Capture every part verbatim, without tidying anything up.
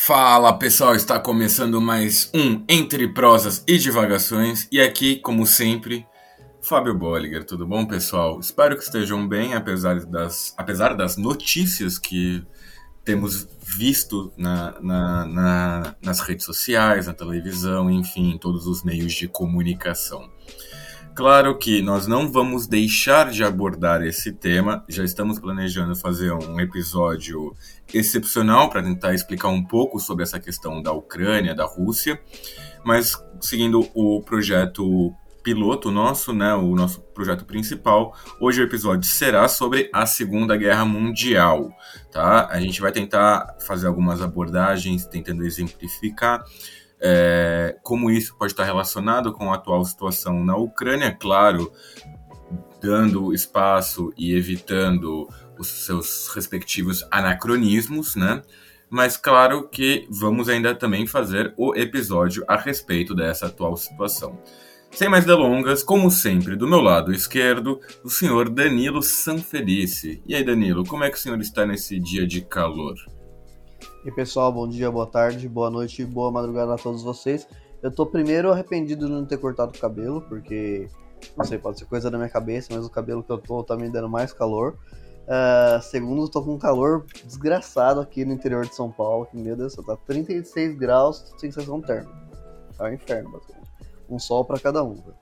Fala pessoal, está começando mais um Entre Prosas e Divagações e aqui, como sempre, Fábio Bolliger. Tudo bom, pessoal? Espero que estejam bem, apesar das, apesar das notícias que temos visto na, na, na, nas redes sociais, na televisão, enfim, em todos os meios de comunicação. Claro que nós não vamos deixar de abordar esse tema, já estamos planejando fazer um episódio excepcional para tentar explicar um pouco sobre essa questão da Ucrânia, da Rússia, mas seguindo o projeto piloto nosso, né, o nosso projeto principal, hoje o episódio será sobre a Segunda Guerra Mundial, tá? A gente vai tentar fazer algumas abordagens, tentando exemplificar É, como isso pode estar relacionado com a atual situação na Ucrânia, claro, dando espaço e evitando os seus respectivos anacronismos, né? Mas claro que vamos ainda também fazer o episódio a respeito dessa atual situação. Sem mais delongas, como sempre, do meu lado esquerdo, o senhor Danilo Sanfelice. E aí, Danilo, como é que o senhor está nesse dia de calor? E aí, pessoal, bom dia, boa tarde, boa noite e boa madrugada a todos vocês. Eu tô primeiro arrependido de não ter cortado o cabelo, porque, não sei, pode ser coisa da minha cabeça, mas o cabelo que eu tô tá me dando mais calor. Uh, segundo, eu tô com um calor desgraçado aqui no interior de São Paulo, que, meu Deus, tá trinta e seis graus, sensação térmica. É um inferno, basicamente. Um sol pra cada um. Véio.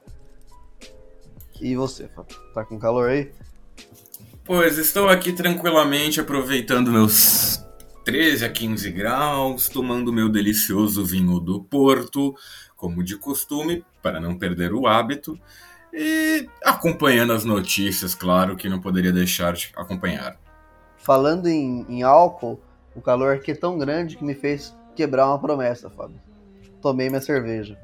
E você, Fábio? Tá com calor aí? Pois, estou aqui tranquilamente aproveitando meus treze a quinze graus, tomando meu delicioso vinho do Porto, como de costume, para não perder o hábito, e acompanhando as notícias, claro que não poderia deixar de acompanhar. Falando em, em álcool, o calor aqui é tão grande que me fez quebrar uma promessa, Fábio. Tomei minha cerveja.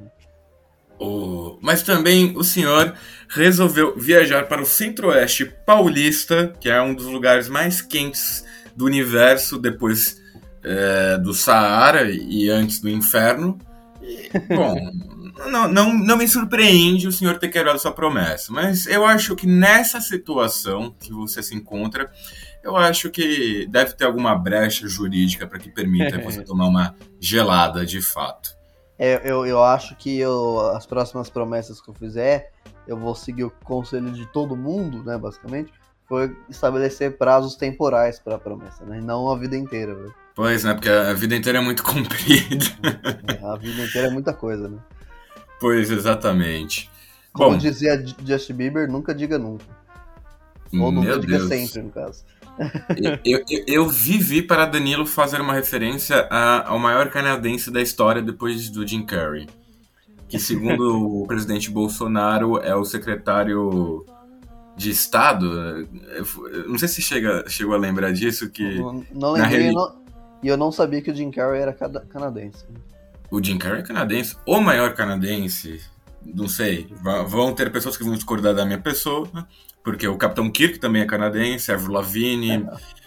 Oh, mas também o senhor resolveu viajar para o Centro-Oeste paulista, que é um dos lugares mais quentes do universo, depois é, do Saara e antes do inferno. E, bom, não, não, não me surpreende o senhor ter quebrado sua promessa, mas eu acho que nessa situação que você se encontra, eu acho que deve ter alguma brecha jurídica para que permita você tomar uma gelada de fato. É, eu, eu acho que eu, as próximas promessas que eu fizer, eu vou seguir o conselho de todo mundo, né, basicamente, foi estabelecer prazos temporais para a promessa, né, não a vida inteira, velho. Pois, né, porque a vida inteira é muito comprida. É, a vida inteira é muita coisa, né. Pois, exatamente. Como Bom, dizia Justin Bieber, nunca diga nunca. Ou nunca meu diga Deus. sempre, no caso. Eu, eu, eu vivi para Danilo fazer uma referência a, ao maior canadense da história depois do Jim Carrey, que segundo o presidente Bolsonaro é o secretário de Estado. Eu não sei se chega, chegou a lembrar disso, que Não, não lembrei e não, eu não sabia que o Jim Carrey era canadense. O Jim Carrey é canadense, o maior canadense, não sei, vão ter pessoas que vão discordar da minha pessoa, porque o Capitão Kirk também é canadense, Avril Lavigne,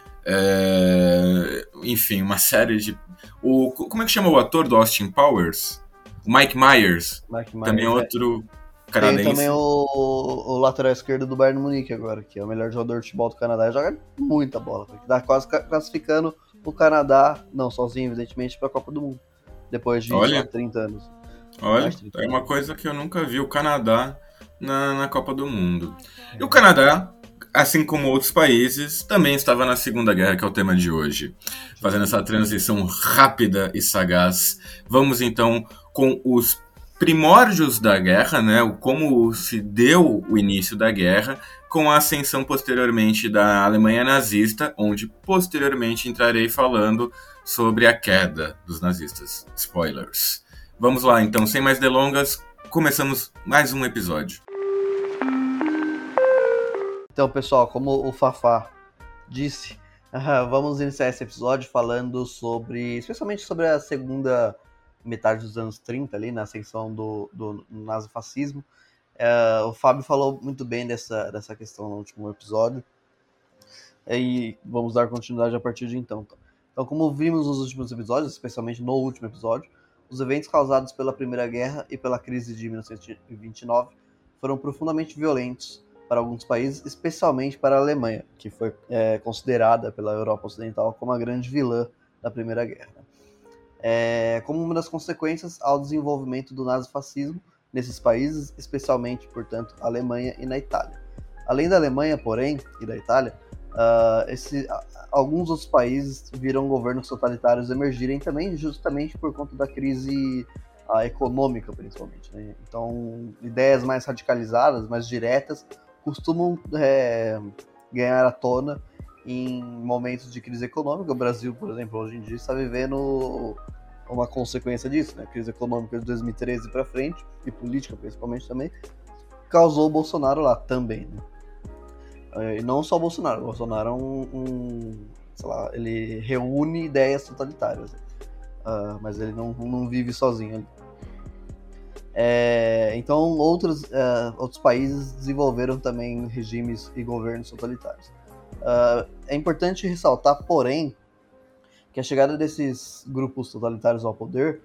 é, enfim, uma série de... O, como é que chama o ator do Austin Powers? O Mike Myers, Mike Myers também é outro canadense. Tem também o, o lateral esquerdo do Bayern Munique agora, que é o melhor jogador de futebol do Canadá, e joga muita bola, que dá quase classificando o Canadá, não sozinho, evidentemente, para a Copa do Mundo, depois de olha, só trinta anos. Olha, trinta é uma anos. Coisa que eu nunca vi, o Canadá na, na Copa do Mundo. E o Canadá, assim como outros países, também estava na Segunda Guerra, que é o tema de hoje. Fazendo essa transição rápida e sagaz, vamos então com os primórdios da guerra, né? Como se deu o início da guerra, com a ascensão posteriormente da Alemanha nazista, onde posteriormente entrarei falando sobre a queda dos nazistas. Spoilers. Vamos lá, então, sem mais delongas, começamos mais um episódio. Então, pessoal, como o Fafá disse, uh, vamos iniciar esse episódio falando sobre, especialmente sobre a segunda metade dos anos trinta, ali, na ascensão do, do nazifascismo. Uh, o Fábio falou muito bem dessa, dessa questão no último episódio, e vamos dar continuidade a partir de então. Então, como vimos nos últimos episódios, especialmente no último episódio, os eventos causados pela Primeira Guerra e pela crise de mil novecentos e vinte e nove foram profundamente violentos para alguns países, especialmente para a Alemanha, que foi é, considerada pela Europa Ocidental como a grande vilã da Primeira Guerra. é, como uma das consequências ao desenvolvimento do nazifascismo nesses países, especialmente, portanto, a Alemanha e na Itália. Além da Alemanha, porém, e da Itália, uh, esse, alguns outros países viram governos totalitários emergirem também, justamente por conta da crise uh, econômica, principalmente. Né? Então, ideias mais radicalizadas, mais diretas, costumam é, ganhar à tona em momentos de crise econômica. O Brasil, por exemplo, hoje em dia está vivendo uma consequência disso, né? A crise econômica de dois mil e treze para frente, e política principalmente também, causou o Bolsonaro lá também, né? E não só o Bolsonaro, o Bolsonaro é um, um sei lá, ele reúne ideias totalitárias, uh, mas ele não, não vive sozinho ali. É, então, outros, uh, outros países desenvolveram também regimes e governos totalitários. Uh, é importante ressaltar, porém, que a chegada desses grupos totalitários ao poder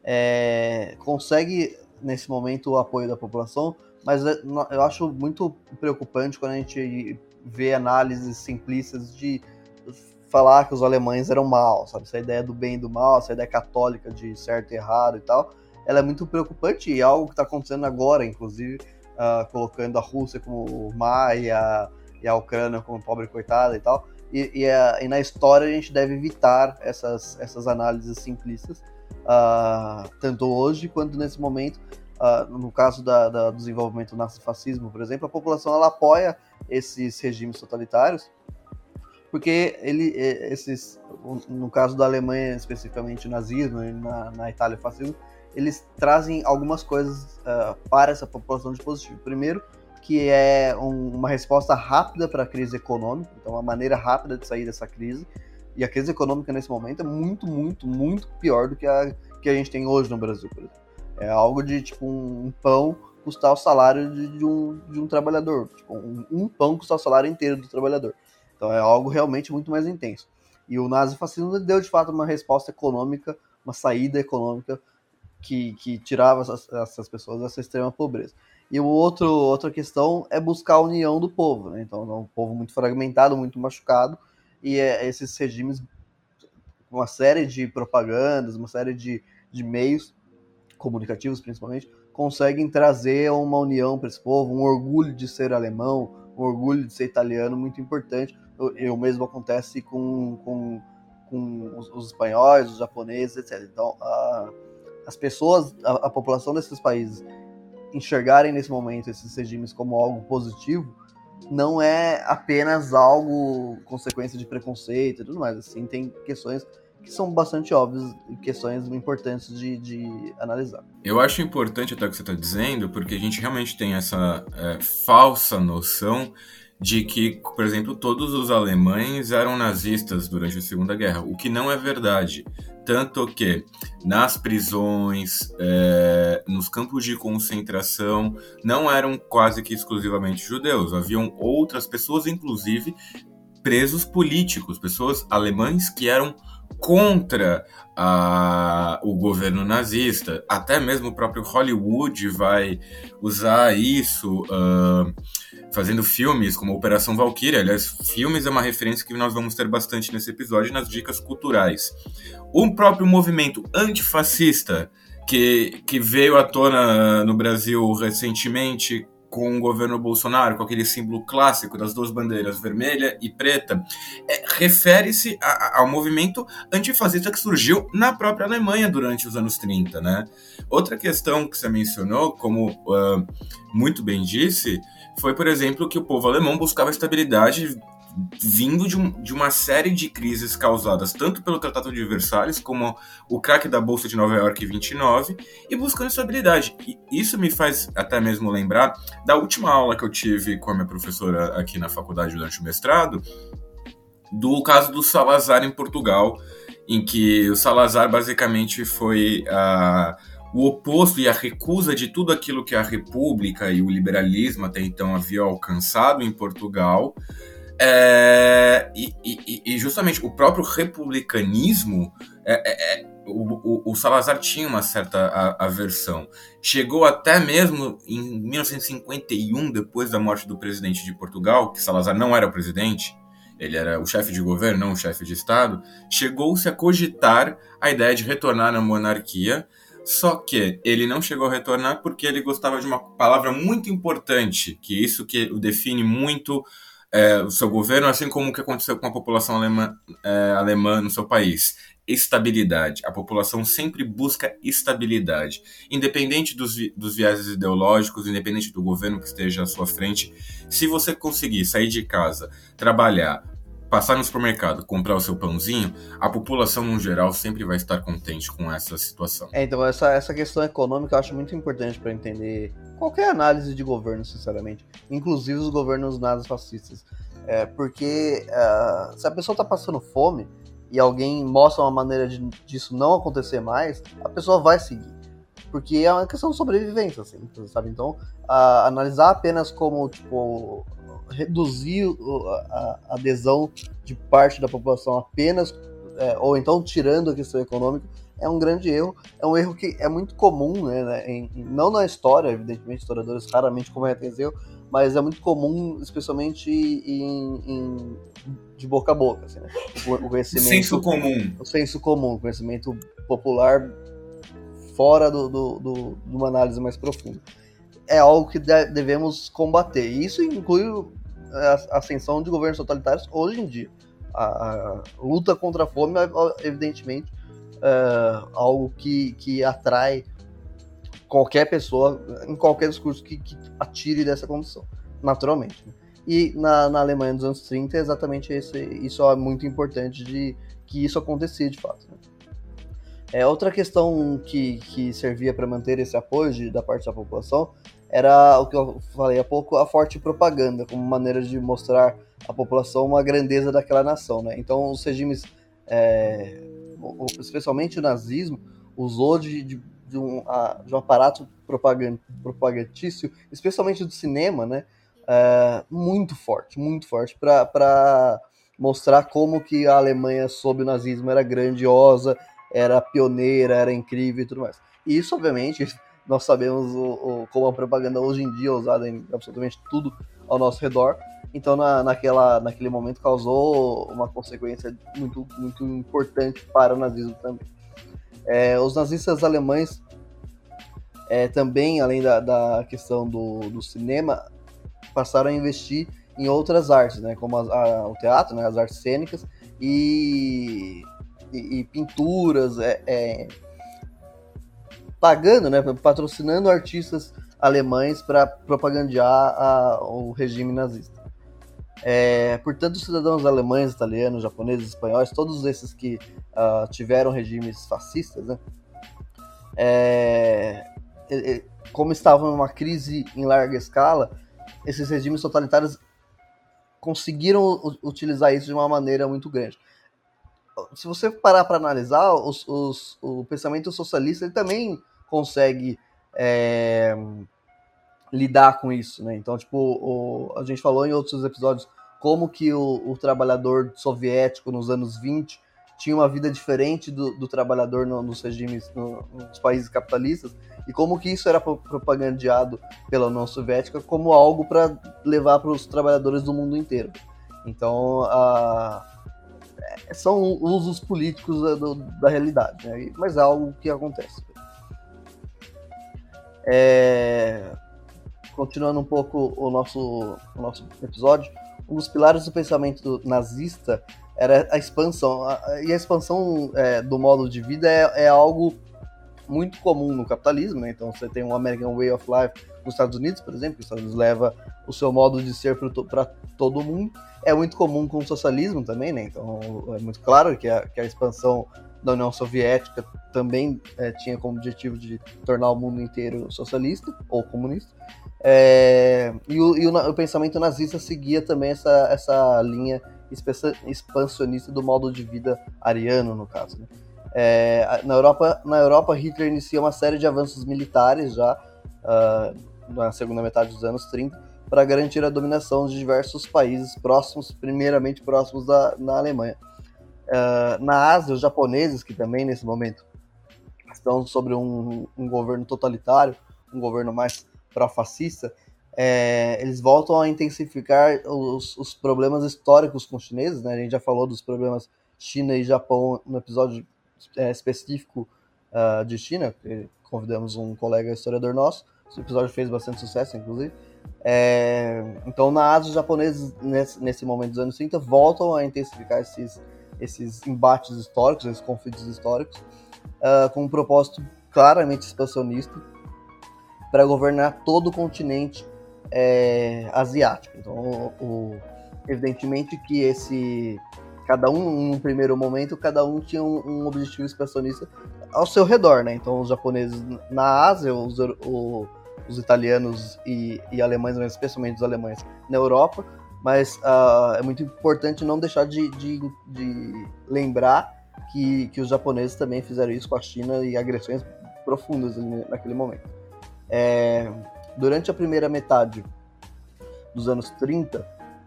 é, consegue, nesse momento, o apoio da população, mas eu acho muito preocupante quando a gente vê análises simplistas de falar que os alemães eram maus, sabe? Essa ideia do bem e do mal, essa ideia católica de certo e errado e tal, ela é muito preocupante e é algo que está acontecendo agora, inclusive, uh, colocando a Rússia como má e a, e a Ucrânia como pobre coitada e tal. E, e, a, e na história a gente deve evitar essas, essas análises simplistas, uh, tanto hoje quanto nesse momento. Uh, no caso da, da, do desenvolvimento do nazifascismo, por exemplo, a população ela apoia esses regimes totalitários, porque ele, esses, no caso da Alemanha, especificamente o nazismo, e na, na Itália o fascismo, eles trazem algumas coisas uh, para essa população de positivo. Primeiro, que é um, uma resposta rápida para a crise econômica, então uma maneira rápida de sair dessa crise, e a crise econômica nesse momento é muito, muito, muito pior do que a que a gente tem hoje no Brasil, por exemplo. É algo de, tipo, um, um pão custar o salário de, de, um, de um trabalhador. Tipo, um, um pão custar o salário inteiro do trabalhador. Então é algo realmente muito mais intenso. E o nazifascismo deu, de fato, uma resposta econômica, uma saída econômica que, que tirava essas, essas pessoas dessa extrema pobreza. E o outro, outra questão é buscar a união do povo, né? Então é um povo muito fragmentado, muito machucado, e é, esses regimes, uma série de propagandas, uma série de, de meios comunicativos principalmente, conseguem trazer uma união para esse povo, um orgulho de ser alemão, um orgulho de ser italiano muito importante. E o mesmo acontece com, com, com os, os espanhóis, os japoneses, etcétera. Então, a, as pessoas, a, a população desses países enxergarem nesse momento esses regimes como algo positivo não é apenas algo consequência de preconceito e tudo mais, assim, tem questões que são bastante óbvias e questões importantes de, de analisar. Eu acho importante até o que você está dizendo, porque a gente realmente tem essa é, falsa noção de que, por exemplo, todos os alemães eram nazistas durante a Segunda Guerra, o que não é verdade. Tanto que nas prisões, é, nos campos de concentração, não eram quase que exclusivamente judeus. Haviam outras pessoas, inclusive presos políticos, pessoas alemães que eram contra a, o governo nazista. Até mesmo o próprio Hollywood vai usar isso, uh, fazendo filmes como Operação Valkyria. Aliás, filmes é uma referência que nós vamos ter bastante nesse episódio nas dicas culturais. O próprio movimento antifascista que, que veio à tona no Brasil recentemente com o governo Bolsonaro, com aquele símbolo clássico das duas bandeiras, vermelha e preta, é, refere-se a, a, ao movimento antifascista que surgiu na própria Alemanha durante os anos trinta, né? Outra questão que você mencionou, como uh, muito bem disse, foi, por exemplo, que o povo alemão buscava estabilidade vindo de, um, de uma série de crises causadas tanto pelo Tratado de Versalhes como o craque da Bolsa de Nova York em vinte e nove, e buscando estabilidade. E isso me faz até mesmo lembrar da última aula que eu tive com a minha professora aqui na faculdade durante o mestrado, do caso do Salazar em Portugal, em que o Salazar basicamente foi a... o oposto e a recusa de tudo aquilo que a República e o liberalismo até então haviam alcançado em Portugal. É, e, e, e justamente o próprio republicanismo, é, é, o, o, o Salazar tinha uma certa aversão. Chegou até mesmo em mil novecentos e cinquenta e um, depois da morte do presidente de Portugal, que Salazar não era o presidente, ele era o chefe de governo, não o chefe de Estado, chegou-se a cogitar a ideia de retornar à monarquia, só que ele não chegou a retornar porque ele gostava de uma palavra muito importante, que isso que o define muito é, o seu governo, assim como o que aconteceu com a população alemã, é, alemã no seu país. Estabilidade. A população sempre busca estabilidade. Independente dos, vi dos viéses ideológicos, independente do governo que esteja à sua frente, se você conseguir sair de casa, trabalhar, passar no supermercado, comprar o seu pãozinho, a população no geral sempre vai estar contente com essa situação. É, então essa, essa questão econômica eu acho muito importante para entender qualquer análise de governo, sinceramente, inclusive os governos nazifascistas. É, porque uh, se a pessoa está passando fome e alguém mostra uma maneira de, disso não acontecer mais, a pessoa vai seguir. Porque é uma questão de sobrevivência, assim, sabe? Então, uh, analisar apenas como, tipo, reduzir a adesão de parte da população apenas, é, ou então tirando a questão econômica, é um grande erro. É um erro que é muito comum, né, em, não na história, evidentemente, historiadores raramente cometem esse erro, mas é muito comum, especialmente em, em, de boca a boca, assim, né? O, o conhecimento... O senso comum. O senso comum, o conhecimento popular fora do, do, do, de uma análise mais profunda. É algo que devemos combater. E isso inclui a ascensão de governos totalitários hoje em dia. A, a luta contra a fome é, evidentemente, é algo que, que atrai qualquer pessoa em qualquer discurso que, que atire dessa condição, naturalmente. E na, na Alemanha dos anos trinta, é exatamente esse, isso é muito importante de que isso acontecia de fato, né? É, outra questão que, que servia para manter esse apoio de, da parte da população era o que eu falei há pouco, a forte propaganda, como maneira de mostrar à população uma grandeza daquela nação, né? Então, os regimes, é, especialmente o nazismo, usou de, de, de, um, de um aparato propagantício, especialmente do cinema, né? É, muito forte, muito forte, para mostrar como que a Alemanha sob o nazismo era grandiosa, era pioneira, era incrível e tudo mais. E isso, obviamente, nós sabemos o, o, como a propaganda hoje em dia é usada em absolutamente tudo ao nosso redor. Então, na, naquela, naquele momento, causou uma consequência muito, muito importante para o nazismo também. É, os nazistas alemães, é, também, além da, da questão do, do cinema, passaram a investir em outras artes, né, como a, a, o teatro, né, as artes cênicas e... E, e pinturas, é, é, pagando, né, patrocinando artistas alemães para propagandear a, o regime nazista. É, portanto, os cidadãos alemães, italianos, japoneses, espanhóis, todos esses que uh, tiveram regimes fascistas, né, é, como estavam em uma crise em larga escala, esses regimes totalitários conseguiram utilizar isso de uma maneira muito grande. Se você parar para analisar, os, os, o pensamento socialista ele também consegue é, lidar com isso, né? Então, tipo, o, a gente falou em outros episódios como que o, o trabalhador soviético nos anos vinte tinha uma vida diferente do, do trabalhador no, nos regimes, no, nos países capitalistas, e como que isso era propagandeado pela União Soviética como algo para levar para os trabalhadores do mundo inteiro. Então, a são usos políticos da, do, da realidade, né? Mas é algo que acontece. É... Continuando um pouco o nosso, o nosso episódio, um dos pilares do pensamento nazista era a expansão. E a expansão é, do modo de vida é, é algo muito comum no capitalismo, né? Então você tem um American Way of Life nos Estados Unidos, por exemplo, que os Estados Unidos leva o seu modo de ser para todo mundo. É muito comum com o socialismo também, né? Então é muito claro que a, que a expansão da União Soviética também é, tinha como objetivo de tornar o mundo inteiro socialista ou comunista. É, e o, e o, o pensamento nazista seguia também essa, essa linha expansionista do modo de vida ariano, no caso, né? É, na, Europa, na Europa, Hitler inicia uma série de avanços militares já uh, na segunda metade dos anos trinta para garantir a dominação de diversos países próximos, primeiramente próximos da na Alemanha. Uh, na Ásia, os japoneses, que também nesse momento estão sobre um, um governo totalitário, um governo mais pró-fascista, é, eles voltam a intensificar os, os problemas históricos com os chineses, né? A gente já falou dos problemas China e Japão no episódio é, específico uh, de China, que convidamos um colega historiador nosso. Esse episódio fez bastante sucesso, inclusive. É, então, na Ásia, os japoneses, nesse, nesse momento dos anos trinta, voltam a intensificar esses, esses embates históricos, esses conflitos históricos, uh, com um propósito claramente expansionista para governar todo o continente é, asiático. Então, o, o, evidentemente que esse cada um, em um primeiro momento, cada um tinha um, um objetivo expansionista ao seu redor, né? Então, os japoneses na Ásia, os, o, os italianos e, e alemães, mas especialmente os alemães na Europa. Mas uh, é muito importante não deixar de, de, de lembrar que, que os japoneses também fizeram isso com a China e agressões profundas naquele momento. É, durante a primeira metade dos anos trinta,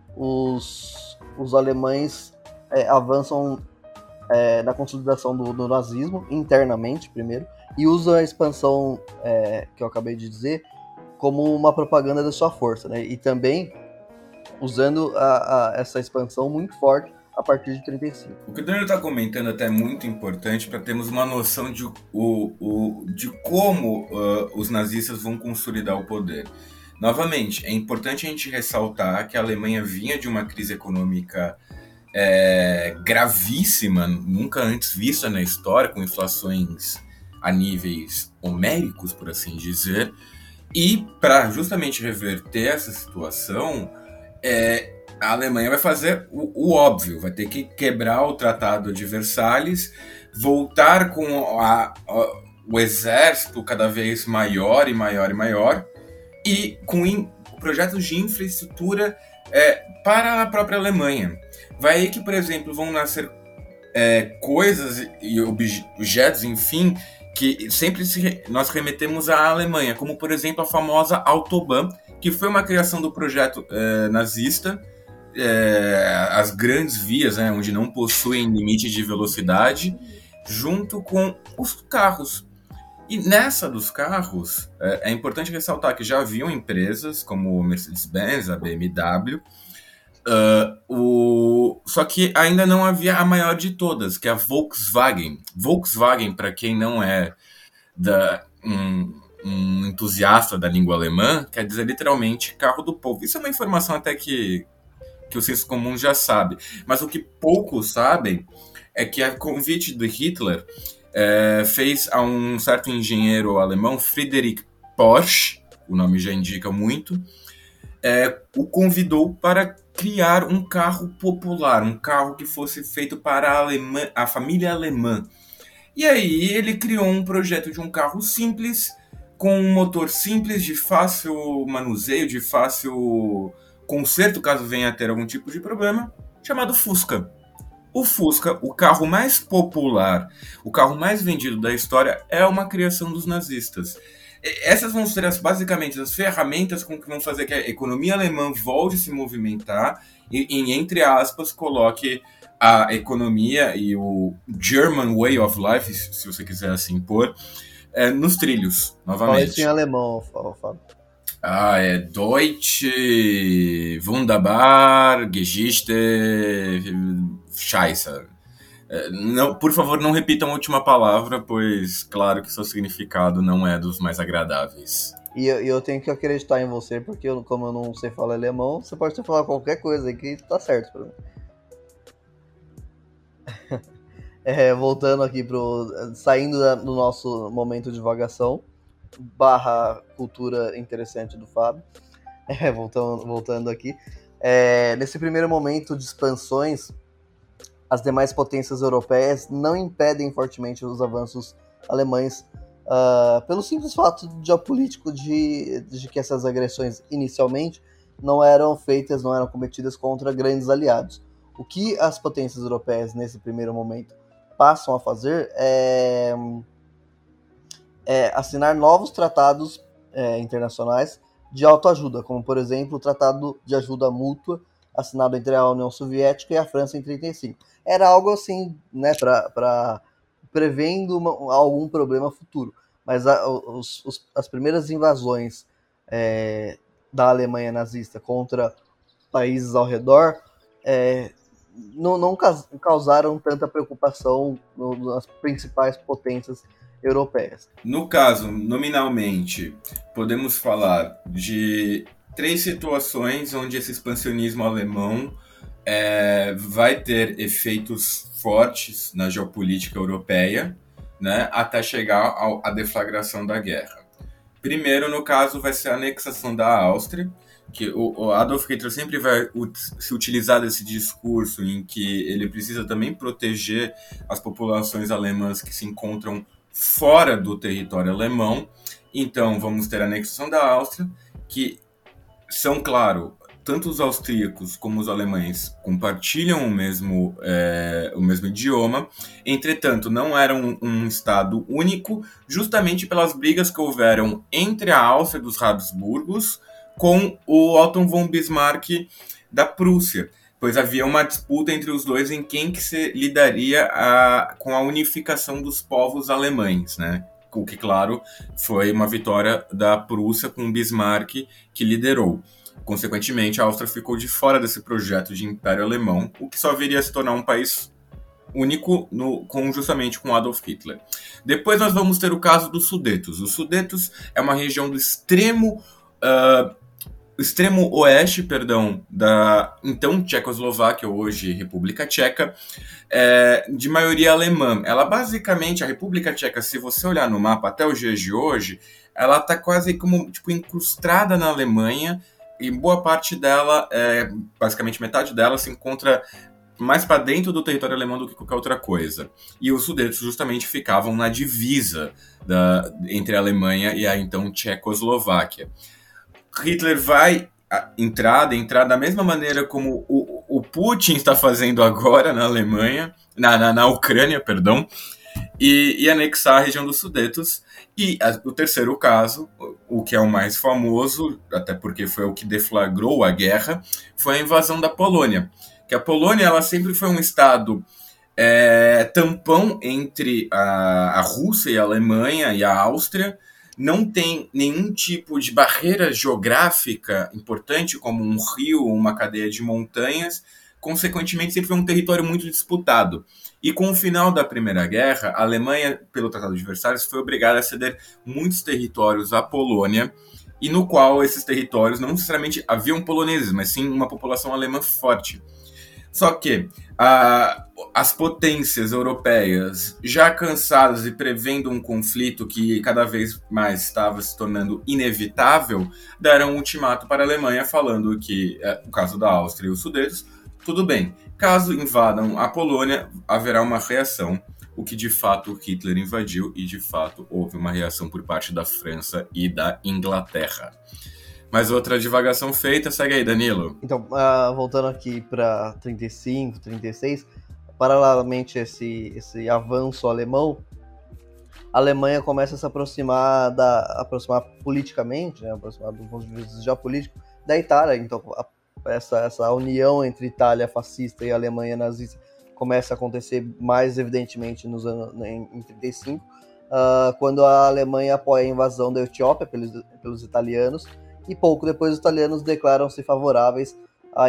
os, os alemães é, avançam é, na consolidação do, do nazismo, internamente primeiro, e usam a expansão é, que eu acabei de dizer como uma propaganda da sua força, né? E também usando a, a, essa expansão muito forte a partir de trinta e cinco. O que o Daniel está comentando até é muito importante para termos uma noção de, o, o, de como uh, os nazistas vão consolidar o poder. Novamente, é importante a gente ressaltar que a Alemanha vinha de uma crise econômica é, gravíssima, nunca antes vista na história, com inflações a níveis homéricos, por assim dizer, e para justamente reverter essa situação, é, a Alemanha vai fazer o, o óbvio, vai ter que quebrar o Tratado de Versalhes, voltar com a, a, o exército cada vez maior e maior e maior, e com in, projetos de infraestrutura é, para a própria Alemanha. Vai aí que, por exemplo, vão nascer é, coisas e objetos, enfim, que sempre se, nós remetemos à Alemanha, como, por exemplo, a famosa Autobahn, que foi uma criação do projeto é, nazista, é, as grandes vias, né, onde não possuem limite de velocidade, junto com os carros. E nessa dos carros, é, é importante ressaltar que já haviam empresas como Mercedes-Benz, a B M W, uh, o... só que ainda não havia a maior de todas, que é a Volkswagen. Volkswagen, para quem não é da, um, um entusiasta da língua alemã, quer dizer literalmente carro do povo. Isso é uma informação até que, que o senso comum já sabe. Mas o que poucos sabem é que a convite de Hitler É, fez a um certo engenheiro alemão, Friedrich Porsche, o nome já indica muito, é, o convidou para criar um carro popular, um carro que fosse feito para a, alemã, a família alemã. E aí ele criou um projeto de um carro simples, com um motor simples, de fácil manuseio, de fácil conserto, caso venha a ter algum tipo de problema, chamado Fusca. O Fusca, o carro mais popular, o carro mais vendido da história, é uma criação dos nazistas. Essas vão ser as, basicamente as ferramentas com que vão fazer que a economia alemã volte a se movimentar e, e entre aspas, coloque a economia e o German Way of Life, se você quiser assim pôr, é, nos trilhos, novamente. Fala isso em alemão, Fábio. Ah, é Deutsche, Wunderbar, Geschichte, Scheiße. Não, por favor, não repitam a última palavra, pois claro que seu significado não é dos mais agradáveis. E eu, eu tenho que acreditar em você, porque eu, como eu não sei falar alemão, você pode ter falar qualquer coisa aí que tá certo pra mim. É, voltando aqui pro... Saindo da, do nosso momento de divagação, barra cultura interessante do Fábio. É, voltando, voltando aqui. É, nesse primeiro momento de expansões, as demais potências europeias não impedem fortemente os avanços alemães, uh, pelo simples fato geopolítico de, de que essas agressões inicialmente não eram feitas, não eram cometidas contra grandes aliados. O que as potências europeias nesse primeiro momento passam a fazer é, é assinar novos tratados é, internacionais de autoajuda, como por exemplo o Tratado de Ajuda Mútua assinado entre a União Soviética e a França em trinta e cinco. Era algo assim, né, para prevendo uma, algum problema futuro. Mas a, os, os, as primeiras invasões é, da Alemanha nazista contra países ao redor é, não, não causaram tanta preocupação no, nas principais potências europeias. No caso, nominalmente, podemos falar de três situações onde esse expansionismo alemão é, vai ter efeitos fortes na geopolítica europeia, né, até chegar à deflagração da guerra. Primeiro, no caso, vai ser a anexação da Áustria, que o Adolf Hitler sempre vai se utilizar desse discurso em que ele precisa também proteger as populações alemãs que se encontram fora do território alemão. Então, vamos ter a anexação da Áustria, que são, claro, tanto os austríacos como os alemães compartilham o mesmo, é, o mesmo idioma, entretanto, não era um, um Estado único, justamente pelas brigas que houveram entre a Áustria dos Habsburgos com o Otto von Bismarck da Prússia, pois havia uma disputa entre os dois em quem que se lidaria a, com a unificação dos povos alemães, né? O que, claro, foi uma vitória da Prússia com Bismarck que liderou. Consequentemente, a Áustria ficou de fora desse projeto de Império Alemão, o que só viria a se tornar um país único no, com, justamente com Adolf Hitler. Depois nós vamos ter o caso dos Sudetos. Os Sudetos é uma região do extremo... Uh, extremo oeste, perdão, da então Tchecoslováquia, hoje República Tcheca, é, de maioria alemã. Ela basicamente, a República Tcheca, se você olhar no mapa até os dias de hoje, ela está quase como tipo, incrustada na Alemanha, e boa parte dela, é, basicamente metade dela, se encontra mais para dentro do território alemão do que qualquer outra coisa. E os Sudetos justamente ficavam na divisa da, entre a Alemanha e a então Tchecoslováquia. Hitler vai entrar, entrar da mesma maneira como o, o Putin está fazendo agora na Alemanha, na, na, na Ucrânia, perdão, e, e anexar a região dos Sudetos. E a, o terceiro caso, o, o que é o mais famoso, até porque foi o que deflagrou a guerra, foi a invasão da Polônia. Que a Polônia ela sempre foi um estado é, tampão entre a, a Rússia e a Alemanha e a Áustria. Não tem nenhum tipo de barreira geográfica importante, como um rio ou uma cadeia de montanhas. Consequentemente, sempre foi um território muito disputado. E com o final da Primeira Guerra, a Alemanha, pelo Tratado de Versalhes, foi obrigada a ceder muitos territórios à Polônia, e no qual esses territórios não necessariamente haviam poloneses, mas sim uma população alemã forte. Só que ah, as potências europeias, já cansadas e prevendo um conflito que cada vez mais estava se tornando inevitável, deram um ultimato para a Alemanha falando que, é, no caso da Áustria e os Sudetos, tudo bem, caso invadam a Polônia, haverá uma reação, o que de fato Hitler invadiu e de fato houve uma reação por parte da França e da Inglaterra. Mais outra divagação feita, segue aí, Danilo. Então, uh, voltando aqui para trinta e cinco, trinta e seis, paralelamente a esse, esse avanço alemão, a Alemanha começa a se aproximar, da, aproximar politicamente, né, aproximar do ponto de vista geopolítico, da Itália. Então, a, essa, essa união entre Itália fascista e Alemanha nazista começa a acontecer mais evidentemente nos anos, em, em trinta e cinco, uh, quando a Alemanha apoia a invasão da Etiópia pelos, pelos italianos, e pouco depois os italianos declaram-se favoráveis à,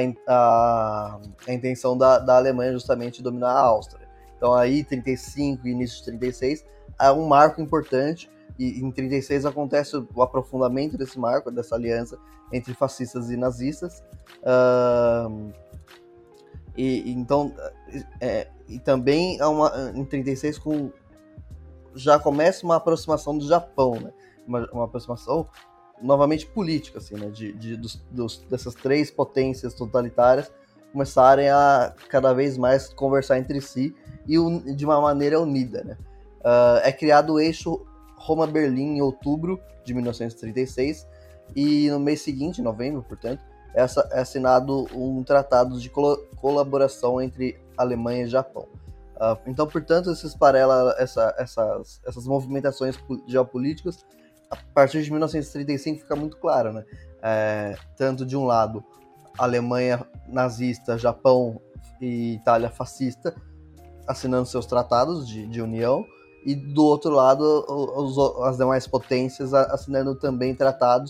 à, à intenção da, da Alemanha justamente de dominar a Áustria. Então aí, trinta e cinco e início de trinta e seis, é um marco importante, e em trinta e seis acontece o aprofundamento desse marco, dessa aliança entre fascistas e nazistas. Uh, e, então, é, e também é uma, em trinta e seis com, já começa uma aproximação do Japão, né? uma, uma aproximação novamente política, assim, né? de, de, dos, dos, dessas três potências totalitárias começarem a cada vez mais conversar entre si e un, de uma maneira unida. Né? Uh, é criado o eixo Roma-Berlim em outubro de mil novecentos e trinta e seis, e no mês seguinte, em novembro, portanto, é assinado um tratado de colo- colaboração entre Alemanha e Japão. Uh, então, portanto, esses parela, essa, essas, essas movimentações geopolíticas, a partir de mil novecentos e trinta e cinco fica muito claro, né? É, tanto de um lado, Alemanha nazista, Japão e Itália fascista assinando seus tratados de, de união, e do outro lado, os, as demais potências assinando também tratados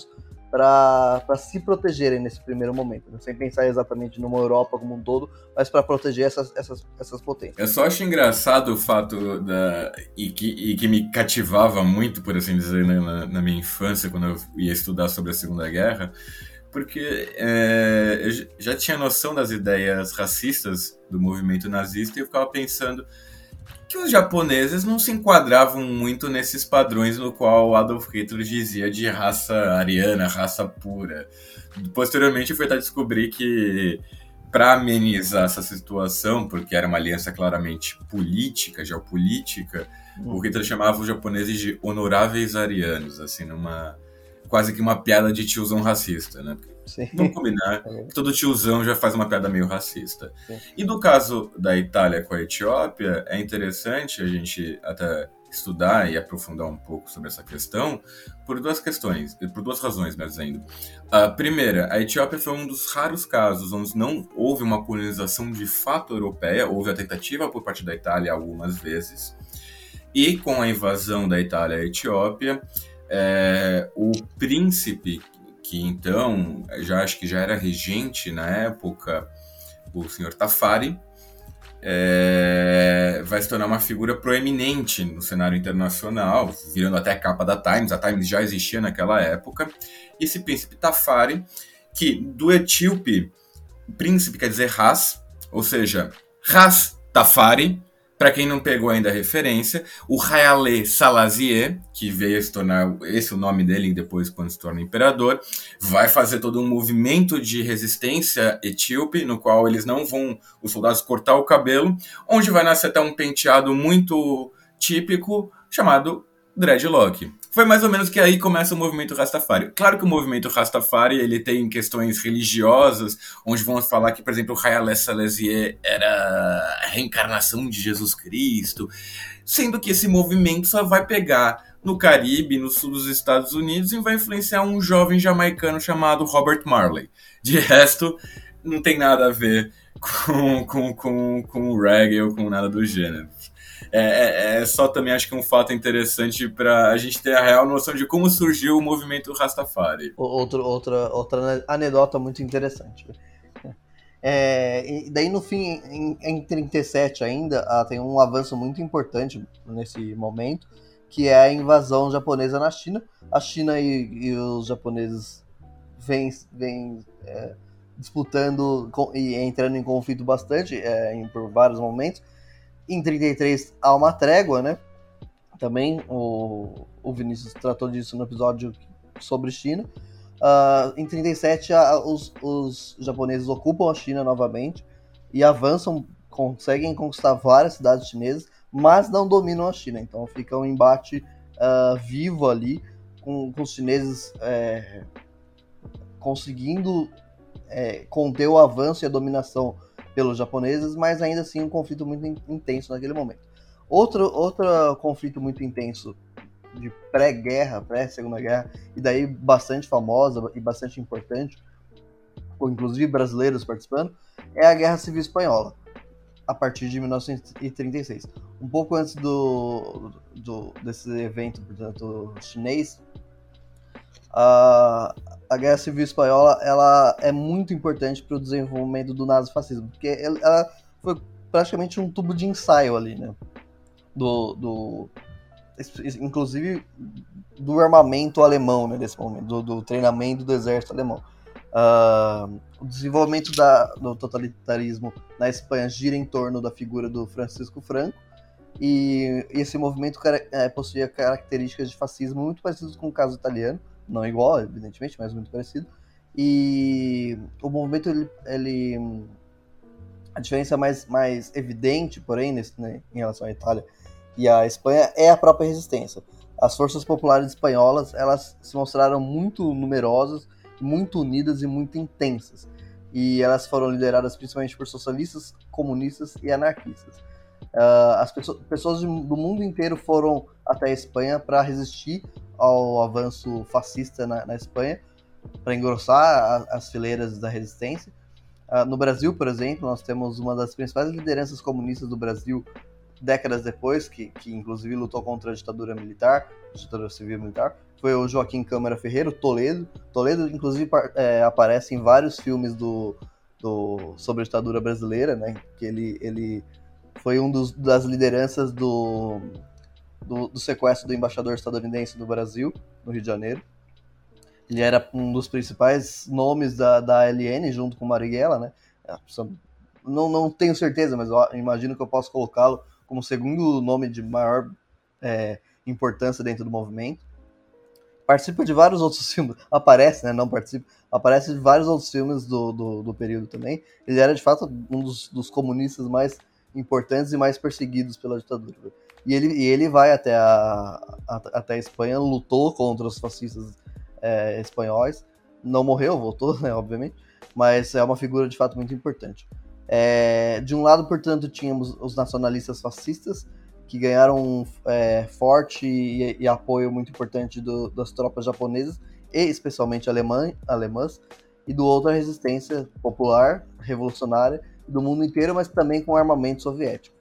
para se protegerem nesse primeiro momento, né? Sem pensar exatamente numa Europa como um todo, mas para proteger essas, essas, essas potências. Eu só acho engraçado o fato da e que, e que me cativava muito, por assim dizer, né, na, na minha infância, quando eu ia estudar sobre a Segunda Guerra, porque é, eu já tinha noção das ideias racistas do movimento nazista e eu ficava pensando que os japoneses não se enquadravam muito nesses padrões no qual Adolf Hitler dizia de raça ariana, raça pura. Posteriormente foi até descobrir que, para amenizar essa situação, porque era uma aliança claramente política, geopolítica, hum. o Hitler chamava os japoneses de honoráveis arianos, assim, numa quase que uma piada de tiozão racista, né? Sim. Vamos combinar, todo tiozão já faz uma piada meio racista. Sim. E no caso da Itália com a Etiópia, é interessante a gente até estudar e aprofundar um pouco sobre essa questão por duas questões, por duas razões, mais ainda. A primeira, a Etiópia foi um dos raros casos onde não houve uma colonização de fato europeia, houve a tentativa por parte da Itália algumas vezes, e com a invasão da Itália à Etiópia, é, o príncipe que então, já acho que já era regente na época, o senhor Tafari, é, vai se tornar uma figura proeminente no cenário internacional, virando até a capa da Times. A Times já existia naquela época. E esse príncipe Tafari, que do etíope, príncipe quer dizer Ras, ou seja, Ras Tafari, para quem não pegou ainda a referência, o Haile Selassie, que veio a se tornar esse o nome dele depois quando se torna imperador, vai fazer todo um movimento de resistência etíope, no qual eles não vão, os soldados, cortar o cabelo, onde vai nascer até um penteado muito típico chamado dreadlock. Foi mais ou menos que aí começa o movimento Rastafari. Claro que o movimento Rastafari ele tem questões religiosas, onde vão falar que, por exemplo, o Haile Selassie era a reencarnação de Jesus Cristo, sendo que esse movimento só vai pegar no Caribe, no sul dos Estados Unidos, e vai influenciar um jovem jamaicano chamado Robert Marley. De resto, não tem nada a ver com, com, com, com o reggae ou com nada do gênero. É, é, é só também acho que um fato interessante para a gente ter a real noção de como surgiu o movimento Rastafari. Outro, outra, outra anedota muito interessante. É, e daí no fim, em, em trinta e sete ainda, ah, tem um avanço muito importante nesse momento, que é a invasão japonesa na China. A China e, e os japoneses vêm, vêm é, disputando e entrando em conflito bastante é, em, por vários momentos. Em trinta e três há uma trégua, né? Também o, o Vinícius tratou disso no episódio sobre China. Uh, em trinta e sete, a, os, os japoneses ocupam a China novamente e avançam, conseguem conquistar várias cidades chinesas, mas não dominam a China. Então fica um embate uh, vivo ali, com, com os chineses é, conseguindo é, conter o avanço e a dominação pelos japoneses, mas ainda assim um conflito muito intenso naquele momento. Outro, outro conflito muito intenso de pré-guerra, pré-segunda guerra, e daí bastante famosa e bastante importante, com inclusive brasileiros participando, é a Guerra Civil Espanhola, a partir de mil novecentos e trinta e seis. Um pouco antes do, do, desse evento, portanto, chinês, a, a Guerra Civil Espanhola ela é muito importante para o desenvolvimento do nazifascismo, porque ela, ela foi praticamente um tubo de ensaio ali, né? Do, do, inclusive do armamento alemão, né, nesse momento, do, do treinamento do exército alemão. Uh, o desenvolvimento da, do totalitarismo na Espanha gira em torno da figura do Francisco Franco, e esse movimento é, possuía características de fascismo muito parecidas com o caso italiano, não igual, evidentemente, mas muito parecido. E o movimento, ele, ele a diferença mais, mais evidente, porém, nesse, né, em relação à Itália e à Espanha, é a própria resistência. As forças populares espanholas, elas se mostraram muito numerosas, muito unidas e muito intensas. E elas foram lideradas principalmente por socialistas, comunistas e anarquistas. Uh, as pessoas, pessoas do mundo inteiro foram até a Espanha para resistir ao avanço fascista na, na Espanha, para engrossar a, as fileiras da resistência. Uh, no Brasil, por exemplo, nós temos uma das principais lideranças comunistas do Brasil, décadas depois, que, que inclusive lutou contra a ditadura militar, a ditadura civil militar, foi o Joaquim Câmara Ferreira, Toledo. Toledo, inclusive, é, aparece em vários filmes do, do, sobre a ditadura brasileira, né? Que ele, ele foi um dos, das lideranças do, do, do sequestro do embaixador estadunidense no Brasil, no Rio de Janeiro. Ele era um dos principais nomes da, da A L N, junto com Marighella, né? Não, não tenho certeza, mas eu imagino que eu posso colocá-lo como segundo nome de maior é, importância dentro do movimento. Participa de vários outros filmes, aparece, né? Não participa, aparece de vários outros filmes do, do, do período também. Ele era, de fato, um dos, dos comunistas mais importantes e mais perseguidos pela ditadura. E ele, e ele vai até a, a, até a Espanha, lutou contra os fascistas é, espanhóis, não morreu, voltou, né, obviamente, mas é uma figura, de fato, muito importante. É, de um lado, portanto, tínhamos os nacionalistas fascistas, que ganharam é, forte e, e apoio muito importante do, das tropas japonesas, e especialmente alemã, alemãs, e do outro a resistência popular, revolucionária, do mundo inteiro, mas também com armamento soviético.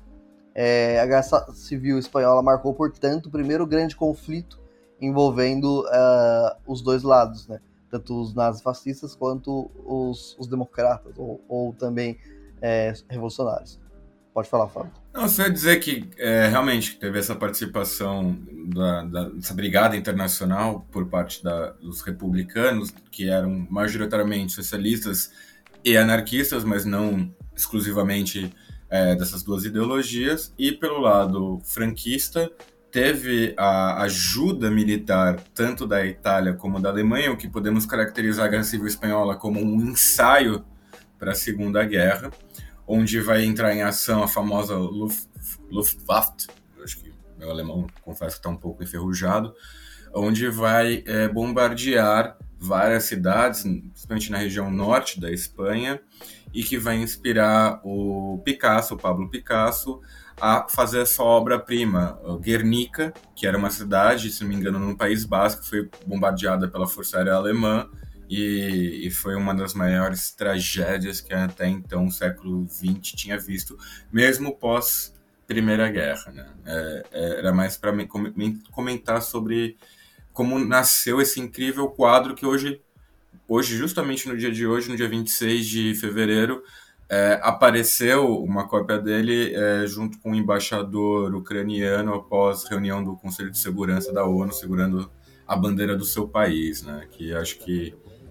É, a Guerra Civil Espanhola marcou, portanto, o primeiro grande conflito envolvendo uh, os dois lados, né? Tanto os nazifascistas quanto os, os democratas, ou, ou também é, revolucionários. Pode falar, Fábio. Não, só ia dizer que é, realmente teve essa participação da, da, dessa brigada internacional por parte da, dos republicanos, que eram majoritariamente socialistas e anarquistas, mas não exclusivamente é, dessas duas ideologias, e pelo lado franquista teve a ajuda militar tanto da Itália como da Alemanha, o que podemos caracterizar a Guerra Civil Espanhola como um ensaio para a Segunda Guerra, onde vai entrar em ação a famosa Luft, Luftwaffe, eu acho que meu alemão, confesso que está um pouco enferrujado, onde vai é, bombardear várias cidades, principalmente na região norte da Espanha, e que vai inspirar o Picasso, o Pablo Picasso, a fazer essa obra-prima, Guernica, que era uma cidade, se não me engano, no País Basco, que foi bombardeada pela Força Aérea Alemã, e, e foi uma das maiores tragédias que até então o século vinte tinha visto, mesmo pós Primeira Guerra, né? É, era mais para comentar sobre como nasceu esse incrível quadro que hoje, hoje, justamente no dia de hoje, no dia vinte e seis de fevereiro, é, apareceu uma cópia dele é, junto com o embaixador ucraniano após reunião do Conselho de Segurança da ONU, segurando a bandeira do seu país, né? Que acho que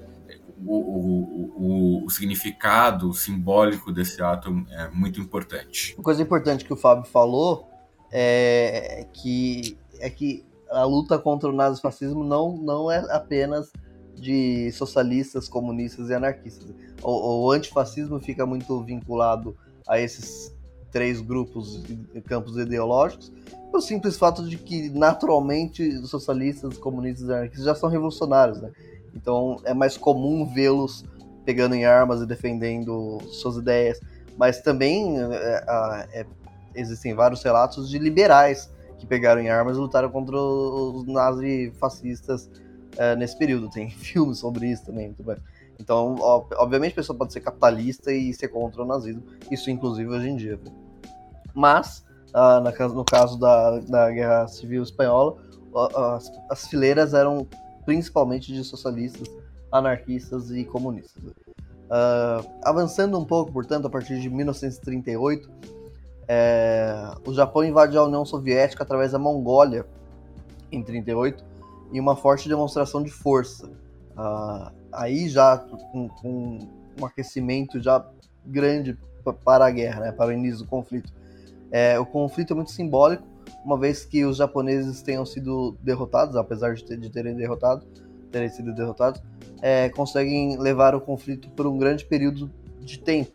o, o, o, o significado simbólico desse ato é muito importante. Uma coisa importante que o Fábio falou é que, é que a luta contra o nazifascismo não, não é apenas de socialistas, comunistas e anarquistas. O, o antifascismo fica muito vinculado a esses três grupos e campos ideológicos, pelo simples fato de que, naturalmente, os socialistas, comunistas e anarquistas já são revolucionários, né? Então é mais comum vê-los pegando em armas e defendendo suas ideias, mas também é, é, existem vários relatos de liberais que pegaram em armas e lutaram contra os nazifascistas é, nesse período. Tem filmes sobre isso também, muito bem. Então, obviamente, a pessoa pode ser capitalista e ser contra o nazismo, isso inclusive hoje em dia. Mas, ah, no caso da, da Guerra Civil Espanhola, as, as fileiras eram principalmente de socialistas, anarquistas e comunistas. Uh, avançando um pouco, portanto, a partir de mil novecentos e trinta e oito, é, o Japão invadiu a União Soviética através da Mongólia, em trinta e oito, em uma forte demonstração de força. Uh, aí já com, com um aquecimento já grande para a guerra, né, para o início do conflito. É, o conflito é muito simbólico, uma vez que os japoneses tenham sido derrotados, apesar de, ter, de terem derrotado, terem sido derrotados, é, conseguem levar o conflito por um grande período de tempo,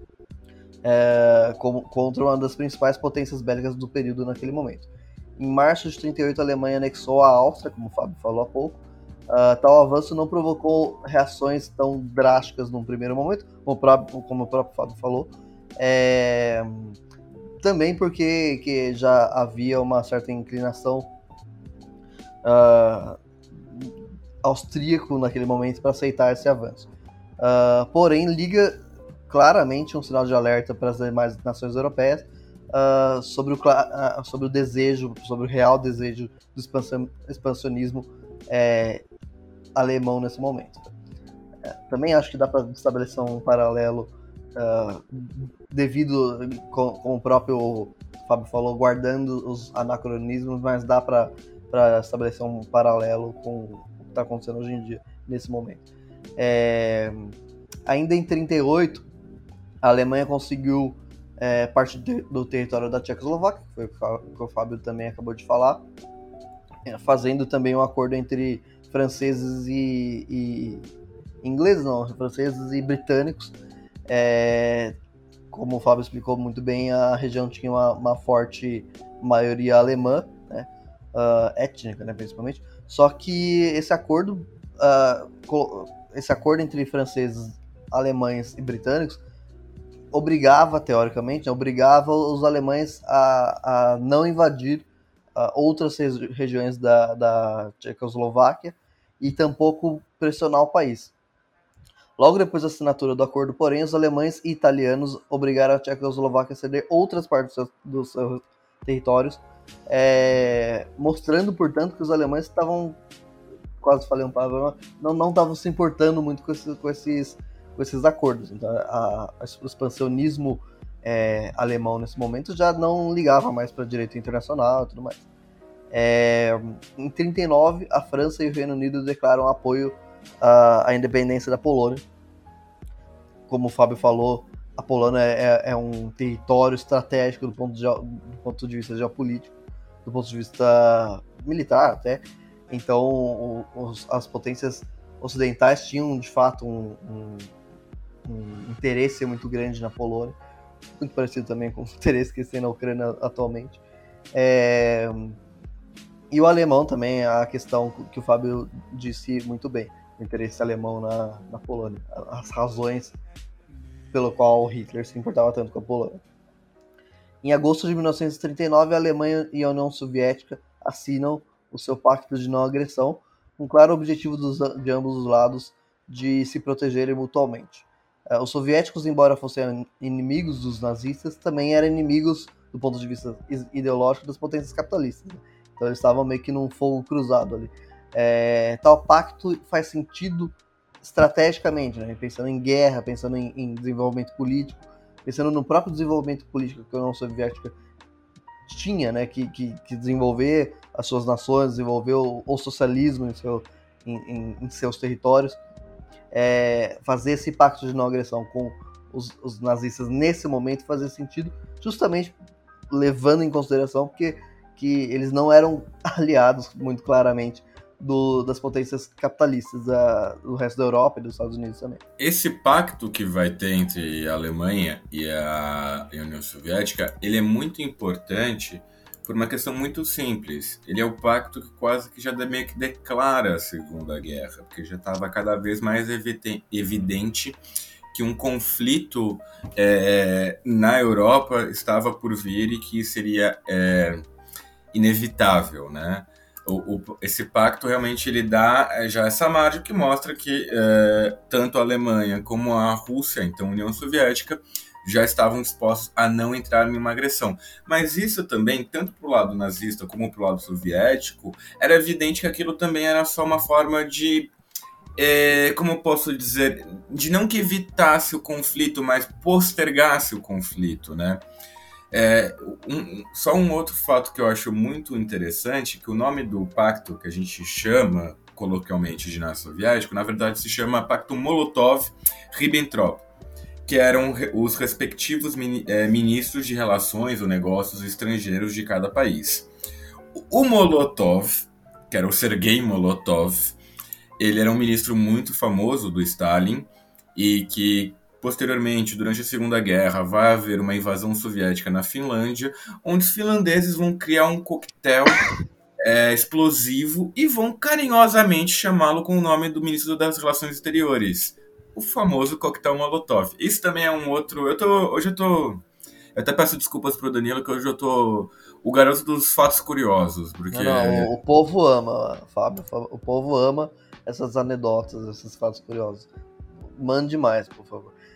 é, como, contra uma das principais potências bélicas do período naquele momento. Em março de trinta e oito, a Alemanha anexou a Áustria, como o Fábio falou há pouco. Uh, tal avanço não provocou reações tão drásticas num primeiro momento, como o próprio, como o próprio Fábio falou, é... também porque que já havia uma certa inclinação uh, austríaco naquele momento para aceitar esse avanço. Uh, porém, liga claramente um sinal de alerta para as demais nações europeias, uh, sobre, o, uh, sobre o desejo, sobre o real desejo do expansion, expansionismo é, alemão nesse momento. É, também acho que dá para estabelecer um paralelo uh, devido, com, com o próprio Fábio falou, guardando os anacronismos, mas dá para estabelecer um paralelo com o que está acontecendo hoje em dia, nesse momento. É, ainda em trinta e oito, a Alemanha conseguiu é, parte do território da Tchecoslováquia, que foi o que o Fábio também acabou de falar, fazendo também um acordo entre franceses e, e ingleses, não, franceses e britânicos. É, como o Fábio explicou muito bem, a região tinha uma, uma forte maioria alemã, né, uh, étnica, né, principalmente. Só que esse acordo, uh, esse acordo entre franceses, alemães e britânicos obrigava, teoricamente, né, obrigava os alemães a, a não invadir uh, outras regiões da, da Tchecoslováquia e tampouco pressionar o país. Logo depois da assinatura do acordo, porém, os alemães e italianos obrigaram a Tchecoslováquia a ceder outras partes dos seus, dos seus territórios, é, mostrando, portanto, que os alemães estavam, quase falei um palavrão, não não estavam se importando muito com esses, com esses, com esses acordos. Então, a, a, o expansionismo é, alemão nesse momento já não ligava mais para direito internacional e tudo mais. É, em trinta e nove, a França e o Reino Unido declaram apoio A, a independência da Polônia. Como o Fábio falou, a Polônia é, é um território estratégico do ponto, de, do ponto de vista geopolítico, do ponto de vista militar até. Então, o, os, as potências ocidentais tinham, de fato, um, um, um interesse muito grande na Polônia, muito parecido também com o interesse que tem na Ucrânia atualmente. É, e o alemão também, a questão que o Fábio disse muito bem, o interesse alemão na, na Polônia, as razões pelo qual Hitler se importava tanto com a Polônia. Em agosto de mil novecentos e trinta e nove, a Alemanha e a União Soviética assinam o seu pacto de não agressão, com claro objetivo dos, de ambos os lados de se protegerem mutuamente. Os soviéticos, embora fossem inimigos dos nazistas, também eram inimigos do ponto de vista ideológico das potências capitalistas. Então eles estavam meio que num fogo cruzado ali. É, tal pacto faz sentido estrategicamente, né? Pensando em guerra, pensando em, em desenvolvimento político, pensando no próprio desenvolvimento político que a União Soviética tinha, né? que, que, que desenvolver as suas nações, desenvolver o, o socialismo em, seu, em, em, em seus territórios, é, fazer esse pacto de não agressão com os, os nazistas nesse momento fazia sentido, justamente levando em consideração porque, que eles não eram aliados muito claramente Do, das potências capitalistas da, do resto da Europa e dos Estados Unidos também. Esse pacto que vai ter entre a Alemanha e a, e a União Soviética, ele é muito importante por uma questão muito simples. Ele é o pacto que quase que já meio que declara a Segunda Guerra, porque já estava cada vez mais evidente que um conflito é, na Europa estava por vir e que seria é, inevitável, né? O, o, esse pacto realmente ele dá já essa margem que mostra que é, tanto a Alemanha como a Rússia, então a União Soviética, já estavam dispostos a não entrar em uma agressão. Mas isso também, tanto para o lado nazista como para o lado soviético, era evidente que aquilo também era só uma forma de, é, como eu posso dizer, de não que evitasse o conflito, mas postergasse o conflito, né? É, um, só um outro fato que eu acho muito interessante, que o nome do pacto que a gente chama coloquialmente de nazi soviético, na verdade se chama Pacto Molotov-Ribbentrop, que eram os respectivos mini, é, ministros de relações ou negócios estrangeiros de cada país. O Molotov, que era o Sergei Molotov, ele era um ministro muito famoso do Stalin e que posteriormente, durante a Segunda Guerra, vai haver uma invasão soviética na Finlândia, onde os finlandeses vão criar um coquetel é, explosivo e vão carinhosamente chamá-lo com o nome do ministro das Relações Exteriores, o famoso coquetel Molotov. Isso também é um outro... Eu tô, hoje eu tô... Eu até peço desculpas pro Danilo, que hoje eu tô o garoto dos fatos curiosos, porque... Não, não, o, o povo ama, Fábio, o povo ama essas anedotas, esses fatos curiosos. Mande mais, por favor.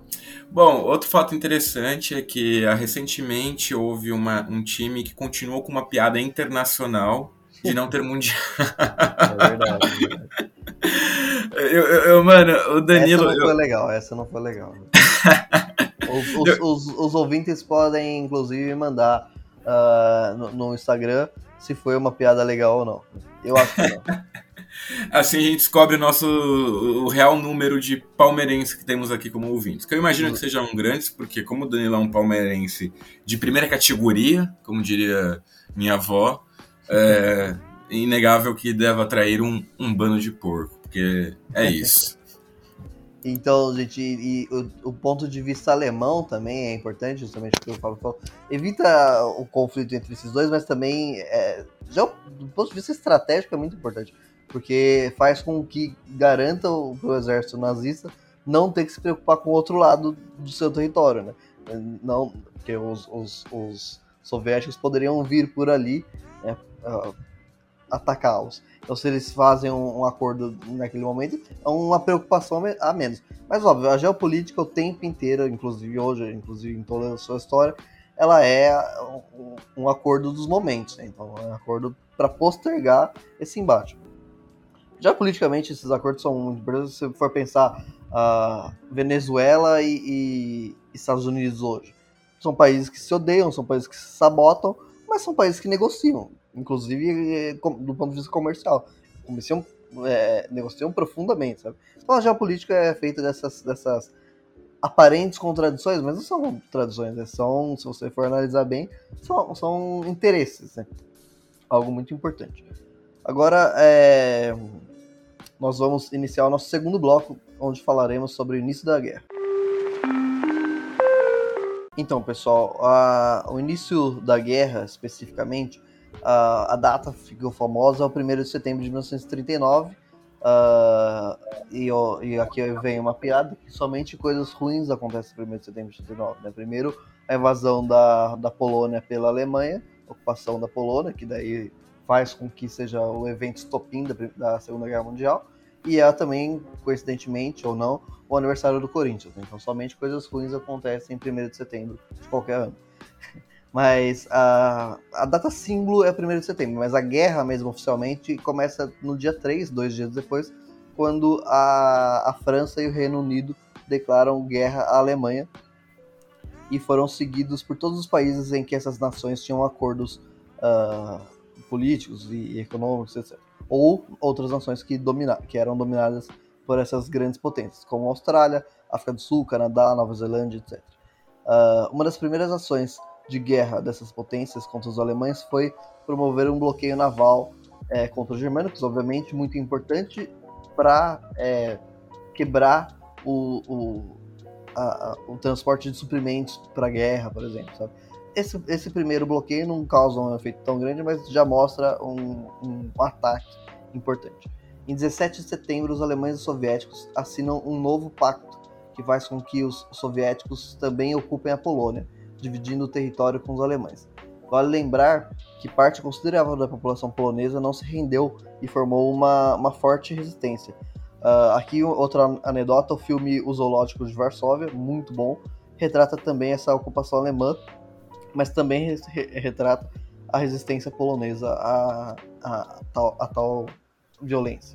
Bom, outro fato interessante é que ah, recentemente houve uma, um time que continuou com uma piada internacional de não ter mundial. É verdade, é verdade. Eu, eu- eu, mano, o Essa Danilo. não foi eu- legal, essa não foi legal. Os, os, os, os ouvintes podem, inclusive, mandar uh, no, no Instagram se foi uma piada legal ou não. Eu acho que não. Assim a gente descobre o nosso o real número de palmeirenses que temos aqui como ouvintes. Que eu imagino que sejam grandes, porque como o Danilo é um palmeirense de primeira categoria, como diria minha avó, é inegável que deve atrair um, um bando de porco, porque é isso. Então, gente, e, e o, o ponto de vista alemão também é importante, justamente porque eu falo, falo evita o conflito entre esses dois, mas também, é, já do ponto de vista estratégico, é muito importante, porque faz com que garanta o, o exército nazista não ter que se preocupar com o outro lado do seu território, né? Não, porque os, os, os soviéticos poderiam vir por ali, né, uh, atacá-los. Então, se eles fazem um, um acordo naquele momento, é uma preocupação a menos. Mas, óbvio, a geopolítica o tempo inteiro, inclusive hoje, inclusive em toda a sua história, ela é um, um acordo dos momentos. Né? Então, é um acordo para postergar esse embate. Já politicamente, esses acordos são muito importantes. Se você for pensar uh, Venezuela e, e Estados Unidos hoje, são países que se odeiam, são países que se sabotam, mas são países que negociam, inclusive do ponto de vista comercial. Negociam, é, negociam profundamente, sabe? Então a geopolítica é feita dessas, dessas aparentes contradições, mas não são contradições, né? São, se você for analisar bem, são, são interesses, né? Algo muito importante. Agora, é, nós vamos iniciar o nosso segundo bloco, onde falaremos sobre o início da guerra. Então, pessoal, a, o início da guerra, especificamente, a, a data ficou famosa, é o primeiro de setembro de mil novecentos e trinta e nove, uh, e, ó, e aqui vem uma piada, que somente coisas ruins acontecem no primeiro de setembro de trinta e nove. Né? Primeiro, a invasão da, da Polônia pela Alemanha, ocupação da Polônia, que daí faz com que seja o evento estopim da, da Segunda Guerra Mundial, e é também, coincidentemente ou não, o aniversário do Corinthians. Né? Então, somente coisas ruins acontecem em primeiro de setembro de qualquer ano. Mas a, a data símbolo é primeiro de setembro, mas a guerra mesmo oficialmente começa no dia três, dois dias depois, quando a, a França e o Reino Unido declaram guerra à Alemanha e foram seguidos por todos os países em que essas nações tinham acordos uh, políticos e, e econômicos, etcétera. Ou outras nações que, domina, que eram dominadas por essas grandes potências, como a Austrália, África do Sul, Canadá, Nova Zelândia, etcétera. Uh, uma das primeiras ações de guerra dessas potências contra os alemães foi promover um bloqueio naval é, contra os germânicos, obviamente muito importante para é, quebrar o, o, a, a, o transporte de suprimentos para a guerra, por exemplo. Sabe? Esse, esse primeiro bloqueio não causa um efeito tão grande, mas já mostra um, um ataque importante. Em dezessete de setembro, os alemães e os soviéticos assinam um novo pacto que faz com que os soviéticos também ocupem a Polônia, dividindo o território com os alemães. Vale lembrar que parte considerável da população polonesa não se rendeu e formou uma, uma forte resistência. Uh, aqui outra anedota, o filme O Zoológico de Varsóvia, muito bom, retrata também essa ocupação alemã, mas também re retrata a resistência polonesa a, a, a, tal, a tal violência.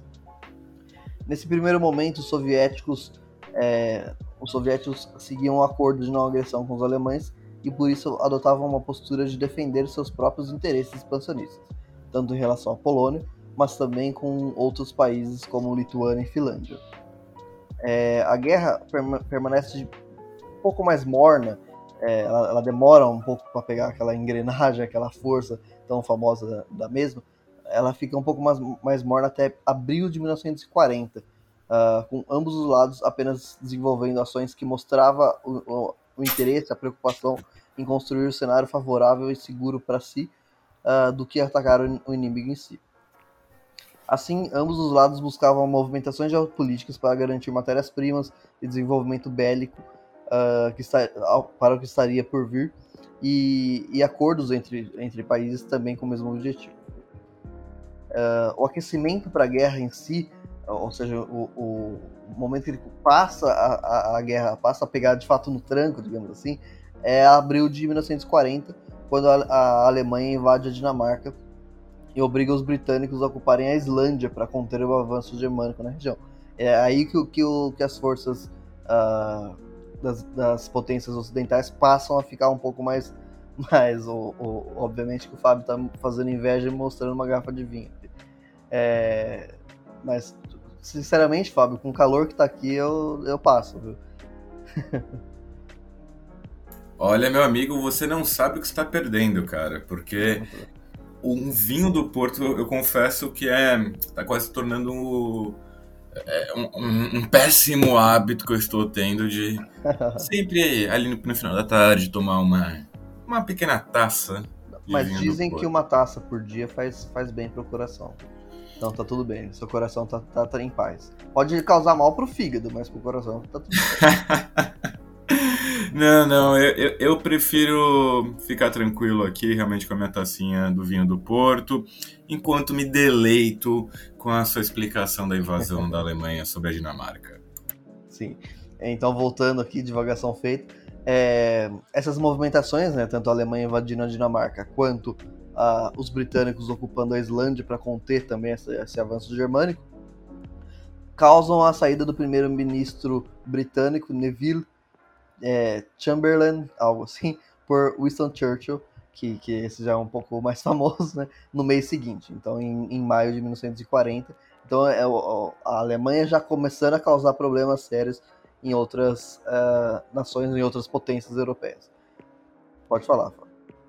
Nesse primeiro momento, os soviéticos, é, os soviéticos seguiam um acordo de não agressão com os alemães e por isso adotavam uma postura de defender seus próprios interesses expansionistas, tanto em relação à Polônia, mas também com outros países como Lituânia e Finlândia. É, a guerra perma permanece um pouco mais morna, é, ela, ela demora um pouco para pegar aquela engrenagem, aquela força tão famosa da, da mesma, ela fica um pouco mais, mais morna até abril de mil novecentos e quarenta, uh, com ambos os lados apenas desenvolvendo ações que mostravam o, o, o interesse, a preocupação em construir um cenário favorável e seguro para si, uh, do que atacar o, o inimigo em si. Assim, ambos os lados buscavam movimentações geopolíticas para garantir matérias-primas e desenvolvimento bélico uh, que está, para o que estaria por vir, e, e acordos entre, entre países também com o mesmo objetivo. Uh, o aquecimento para a guerra em si ou seja, o, o momento que ele passa a, a, a guerra, passa a pegar de fato no tranco, digamos assim, é abril de mil novecentos e quarenta, quando a, a Alemanha invade a Dinamarca e obriga os britânicos a ocuparem a Islândia para conter o avanço germânico na região. É aí que, que, o, que as forças uh, das, das potências ocidentais passam a ficar um pouco mais... mais o, o, obviamente que o Fábio está fazendo inveja e mostrando uma garrafa de vinho. É, mas, sinceramente, Fábio, com o calor que tá aqui, eu, eu passo, viu? Olha, meu amigo, você não sabe o que está perdendo, cara, porque um vinho do Porto, eu confesso que é tá quase se tornando um, é, um, um péssimo hábito que eu estou tendo de sempre ali no, no final da tarde tomar uma, uma pequena taça de Mas vinho dizem do Porto. que uma taça por dia faz, faz bem pro coração. Então tá tudo bem, seu coração tá, tá, tá em paz. Pode causar mal pro fígado, mas pro coração tá tudo bem. Não, não, eu, eu, eu prefiro ficar tranquilo aqui, realmente com a minha tacinha do vinho do Porto, enquanto me deleito com a sua explicação da invasão da Alemanha sobre a Dinamarca. Sim, então voltando aqui, divagação feita, é, essas movimentações, né, tanto a Alemanha invadindo a Dinamarca, quanto uh, os britânicos ocupando a Islândia para conter também esse, esse avanço germânico, causam a saída do primeiro-ministro britânico, Neville É, Chamberlain, algo assim, por Winston Churchill, que, que esse já é um pouco mais famoso, né, no mês seguinte, então em, em maio de mil novecentos e quarenta. Então é, a Alemanha já começando a causar problemas sérios em outras uh, nações, em outras potências europeias. Pode falar, Fábio.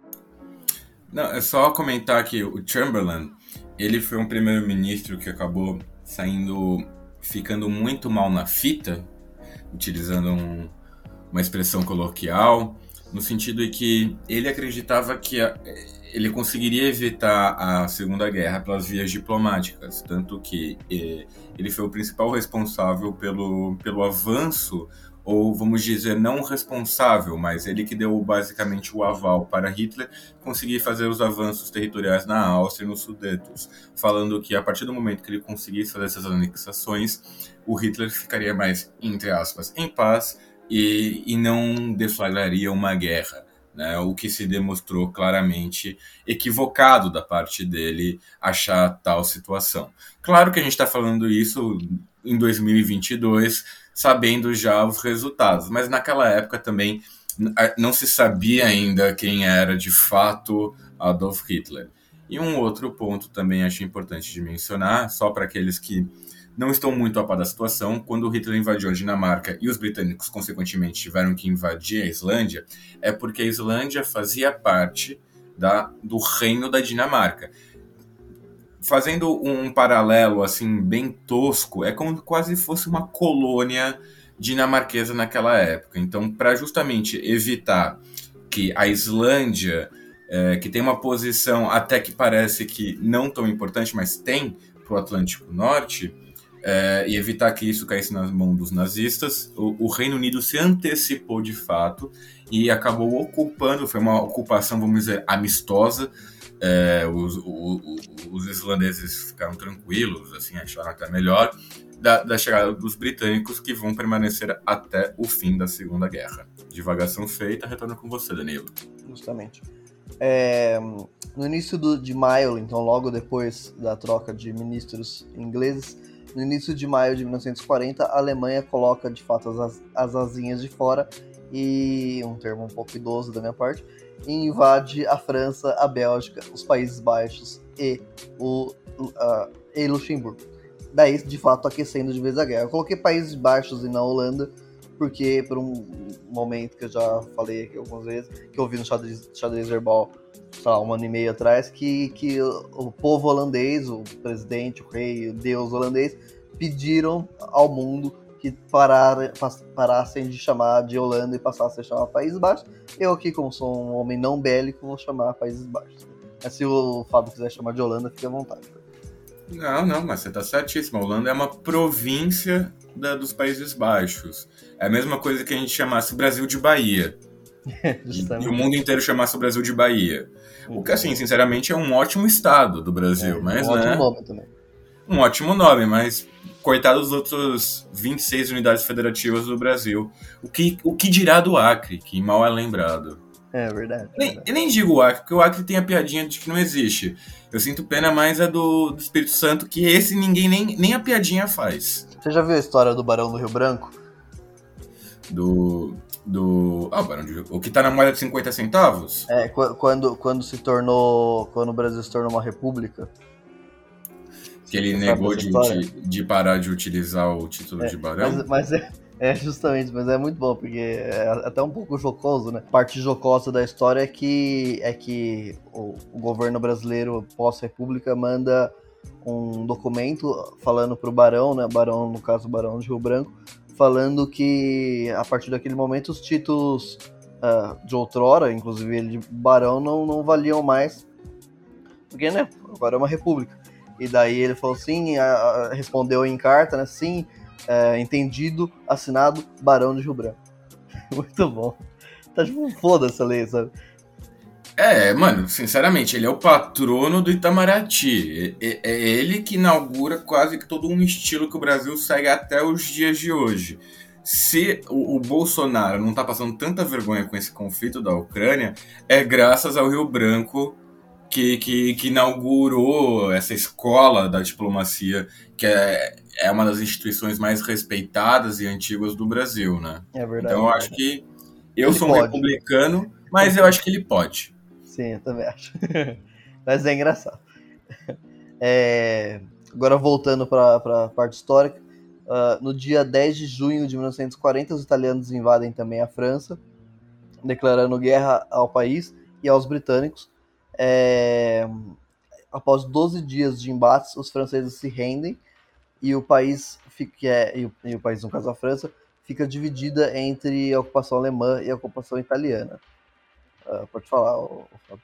Não, é só comentar que o Chamberlain, ele foi um primeiro-ministro que acabou saindo, ficando muito mal na fita, utilizando um uma expressão coloquial, no sentido de que ele acreditava que a, ele conseguiria evitar a Segunda Guerra pelas vias diplomáticas, tanto que eh, ele foi o principal responsável pelo, pelo avanço, ou vamos dizer, não responsável, mas ele que deu basicamente o aval para Hitler conseguir fazer os avanços territoriais na Áustria e nos Sudetos, falando que a partir do momento que ele conseguisse fazer essas anexações, o Hitler ficaria mais, entre aspas, em paz, E, e não deflagraria uma guerra, né? O que se demonstrou claramente equivocado da parte dele achar tal situação. Claro que a gente está falando isso em dois mil e vinte e dois, sabendo já os resultados, mas naquela época também não se sabia ainda quem era de fato Adolf Hitler. E um outro ponto também acho importante de mencionar, só para aqueles que não estão muito a par da situação, quando Hitler invadiu a Dinamarca e os britânicos, consequentemente, tiveram que invadir a Islândia, é porque a Islândia fazia parte da, do reino da Dinamarca. Fazendo um paralelo assim bem tosco, é como quase fosse uma colônia dinamarquesa naquela época. Então, para justamente evitar que a Islândia, é, que tem uma posição até que parece que não tão importante, mas tem para o Atlântico Norte, É, e evitar que isso caísse nas mãos dos nazistas, o, o Reino Unido se antecipou de fato e acabou ocupando, foi uma ocupação, vamos dizer, amistosa. É, os, o, os islandeses ficaram tranquilos, assim, acharam até melhor, da, da chegada dos britânicos, que vão permanecer até o fim da Segunda Guerra. Divagação feita, retorno com você, Danilo. Justamente. É, no início do, de maio, então logo depois da troca de ministros ingleses, no início de maio de mil novecentos e quarenta, a Alemanha coloca de fato as, as asinhas de fora e, um termo um pouco idoso da minha parte, e invade a França, a Bélgica, os Países Baixos e, o, uh, e Luxemburgo. Daí, de fato, aquecendo de vez a guerra. Eu coloquei Países Baixos e na Holanda, porque por um momento que eu já falei aqui algumas vezes, que eu vi no xadrez, xadrez verbal, sei lá, um ano e meio atrás, que, que o, o povo holandês, o presidente, o rei, o deus holandês, pediram ao mundo que parar, parassem de chamar de Holanda e passassem a chamar Países Baixos. Eu aqui, como sou um homem não bélico, vou chamar Países Baixos. Mas se o Fábio quiser chamar de Holanda, fique à vontade. Não, não, mas você está certíssimo. A Holanda é uma província da, dos Países Baixos. É a mesma coisa que a gente chamasse o Brasil de Bahia. e, e o mundo inteiro chamasse o Brasil de Bahia. O que, assim, sinceramente, é um ótimo estado do Brasil. É, mas, um ótimo né, nome também. Um ótimo nome, mas coitado dos outros vinte e seis unidades federativas do Brasil. O que, o que dirá do Acre, que mal é lembrado. É verdade. Nem, verdade. eu nem digo o Acre, porque o Acre tem a piadinha de que não existe. Eu sinto pena mais a do, do Espírito Santo, que esse ninguém nem, nem a piadinha faz. Você já viu a história do Barão do Rio Branco? Do... do ah, o Barão de Rio... O que tá na moeda de cinquenta centavos? É, quando, quando se tornou... Quando o Brasil se tornou uma república. Que ele Você negou de, de, de parar de utilizar o título é, de barão? Mas, mas é, é, justamente, mas é muito bom, porque é até um pouco jocoso, né? Parte jocosa da história é que, é que o, o governo brasileiro, pós-república, manda um documento falando pro barão, né? Barão, no caso, o Barão de Rio Branco, falando que, a partir daquele momento, os títulos uh, de outrora, inclusive ele de barão, não, não valiam mais, porque, né? Agora é uma república. E daí ele falou sim, a, a, respondeu em carta, né? Sim, é, entendido, assinado, Barão de Rio Branco. Muito bom. Tá tipo, foda-se a lei, sabe? É, mano, sinceramente, ele é o patrono do Itamaraty. É, é ele que inaugura quase que todo um estilo que o Brasil segue até os dias de hoje. Se o, o Bolsonaro não tá passando tanta vergonha com esse conflito da Ucrânia, é graças ao Rio Branco que, que, que inaugurou essa escola da diplomacia, que é, é uma das instituições mais respeitadas e antigas do Brasil, né? É verdade. Então eu é acho que eu ele sou um pode. republicano, mas eu acho que ele pode. Sim, eu também acho. Mas é engraçado. É... Agora voltando para a parte histórica, uh, no dia dez de junho de mil novecentos e quarenta, os italianos invadem também a França, declarando guerra ao país e aos britânicos. É... Após doze dias de embates, os franceses se rendem e o país, fica, é, e, o, e o país, no caso a França, fica dividida entre a ocupação alemã e a ocupação italiana. Uh, pode falar, Fábio.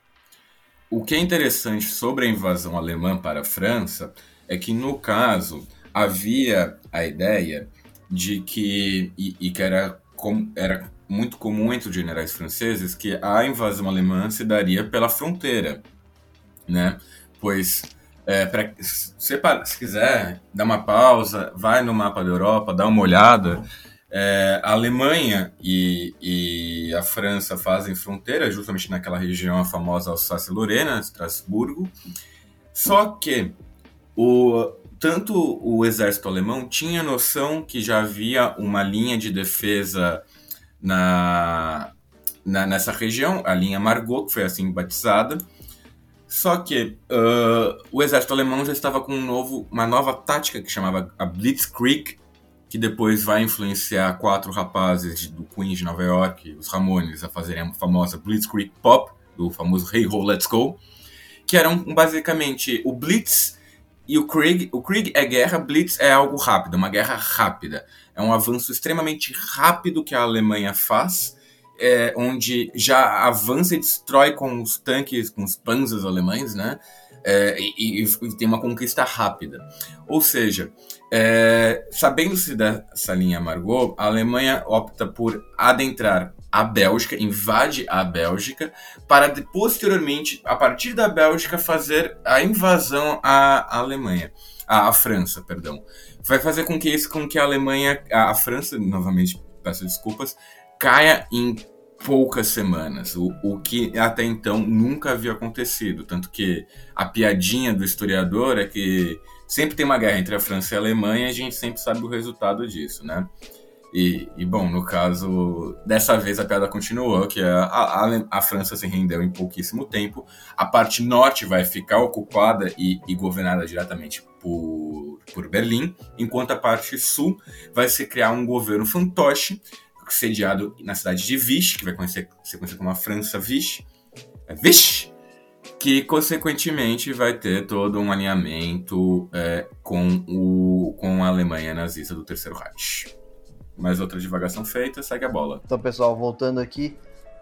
O que é interessante sobre a invasão alemã para a França é que, no caso, havia a ideia de que, e, e que era, com, era muito comum entre os generais franceses, que a invasão alemã se daria pela fronteira, né? Pois, é, pra, se, se quiser, dá uma pausa, vai no mapa da Europa, dá uma olhada. É, a Alemanha e, e a França fazem fronteira justamente naquela região a famosa Alsácia-Lorena, Estrasburgo. Só que o, tanto o exército alemão tinha noção que já havia uma linha de defesa na, na, nessa região, a linha Margot, que foi assim batizada. Só que uh, o exército alemão já estava com um novo, uma nova tática que chamava a Blitzkrieg, que depois vai influenciar quatro rapazes do Queen de Nova York, os Ramones, a fazerem a famosa Blitzkrieg Pop, do famoso Hey Ho, Let's Go, que eram basicamente o Blitz e o Krieg. O Krieg é guerra, Blitz é algo rápido, uma guerra rápida. É um avanço extremamente rápido que a Alemanha faz, é, onde já avança e destrói com os tanques, com os panzers alemães, né? É, e, e tem uma conquista rápida. Ou seja, é, sabendo-se dessa linha Margot, a Alemanha opta por adentrar a Bélgica, invade a Bélgica, para de, posteriormente, a partir da Bélgica, fazer a invasão à, à Alemanha, à, à França, perdão. Vai fazer com que isso, com que a Alemanha, a, a França, novamente peço desculpas, caia em poucas semanas, o, o que até então nunca havia acontecido, tanto que a piadinha do historiador é que sempre tem uma guerra entre a França e a Alemanha e a gente sempre sabe o resultado disso, né? E, e bom, no caso, dessa vez a piada continuou, que a, a, a França se rendeu em pouquíssimo tempo, a parte norte vai ficar ocupada e, e governada diretamente por, por Berlim, enquanto a parte sul vai se criar um governo fantoche, sediado na cidade de Vichy, que vai conhecer, ser conhecido como a França Vichy, é Vichy, que consequentemente vai ter todo um alinhamento é, com, o, com a Alemanha nazista do Terceiro Reich. Mais outra divagação feita, segue a bola. Então, pessoal, voltando aqui,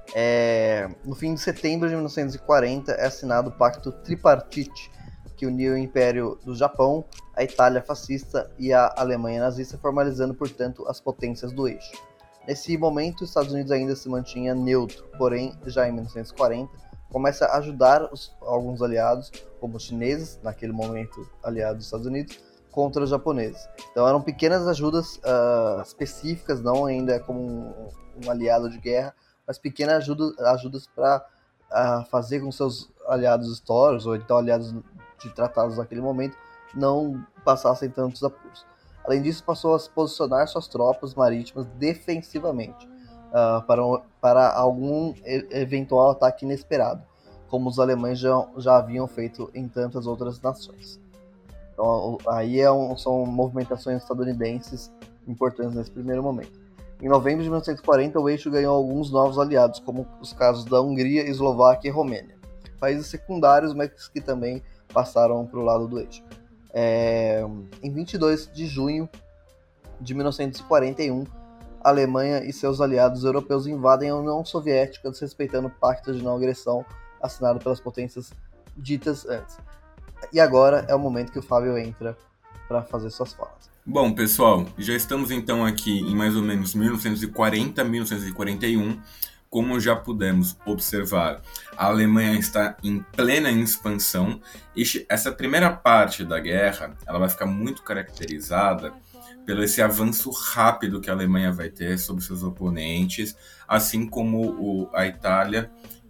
é... no fim de setembro de mil novecentos e quarenta é assinado o Pacto Tripartite, que uniu o Império do Japão, a Itália fascista e a Alemanha nazista, formalizando, portanto, as potências do eixo. Nesse momento, os Estados Unidos ainda se mantinha neutro, porém, já em mil novecentos e quarenta, começa a ajudar os, alguns aliados, como os chineses, naquele momento aliados dos Estados Unidos, contra os japoneses. Então eram pequenas ajudas uh, específicas, não ainda como um, um aliado de guerra, mas pequenas ajuda, ajudas para uh, fazer com seus aliados históricos, ou então aliados de tratados naquele momento, não passassem tantos apuros. Além disso, passou a posicionar suas tropas marítimas defensivamente uh, para, para algum eventual ataque inesperado, como os alemães já, já haviam feito em tantas outras nações. Então, aí é um, são movimentações estadunidenses importantes nesse primeiro momento. Em novembro de mil novecentos e quarenta, o eixo ganhou alguns novos aliados, como os casos da Hungria, Eslováquia e Romênia. Países secundários, mas que também passaram para o lado do eixo. É, em vinte e dois de junho de mil novecentos e quarenta e um, a Alemanha e seus aliados europeus invadem a União Soviética, desrespeitando o pacto de não agressão assinado pelas potências ditas antes. E agora é o momento que o Fábio entra para fazer suas falas. Bom, pessoal, já estamos então aqui em mais ou menos mil novecentos e quarenta, mil novecentos e quarenta e um. Como já pudemos observar, a Alemanha está em plena expansão. E essa primeira parte da guerra, ela vai ficar muito caracterizada pelo esse avanço rápido que a Alemanha vai ter sobre seus oponentes, assim como o, a Itália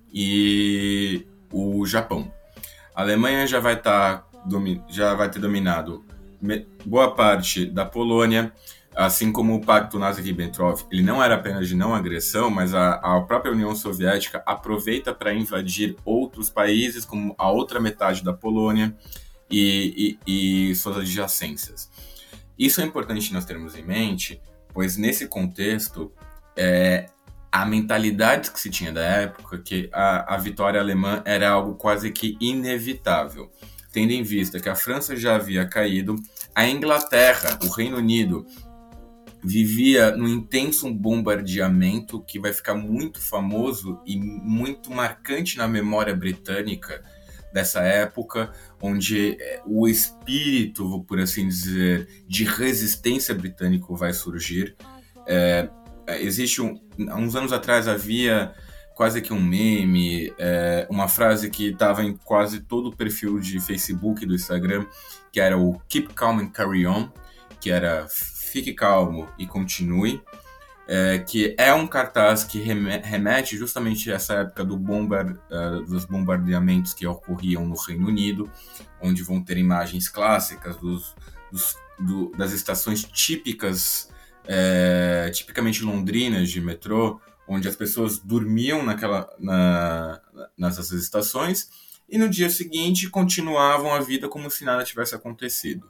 e o Japão. A Alemanha já vai, tá, já vai ter dominado boa parte da Polônia, assim como o Pacto Nazi-Ribbentrop. Ele não era apenas de não agressão, mas a, a própria União Soviética aproveita para invadir outros países, como a outra metade da Polônia e, e, e suas adjacências. Isso é importante nós termos em mente, pois nesse contexto, é, a mentalidade que se tinha da época, que a, a vitória alemã era algo quase que inevitável, tendo em vista que a França já havia caído, a Inglaterra, o Reino Unido, vivia num intenso bombardeamento que vai ficar muito famoso e muito marcante na memória britânica dessa época, onde o espírito, por assim dizer, de resistência britânico vai surgir. É, existe um, há uns anos atrás havia quase que um meme, é, uma frase que estava em quase todo o perfil de Facebook e do Instagram, que era o Keep Calm and Carry On, que era fique calmo e continue, é, que é um cartaz que remete justamente a essa época do bombar, uh, dos bombardeamentos que ocorriam no Reino Unido, onde vão ter imagens clássicas dos, dos, do, das estações típicas, é, tipicamente londrinas de metrô, onde as pessoas dormiam naquela, na, nessas estações e no dia seguinte continuavam a vida como se nada tivesse acontecido.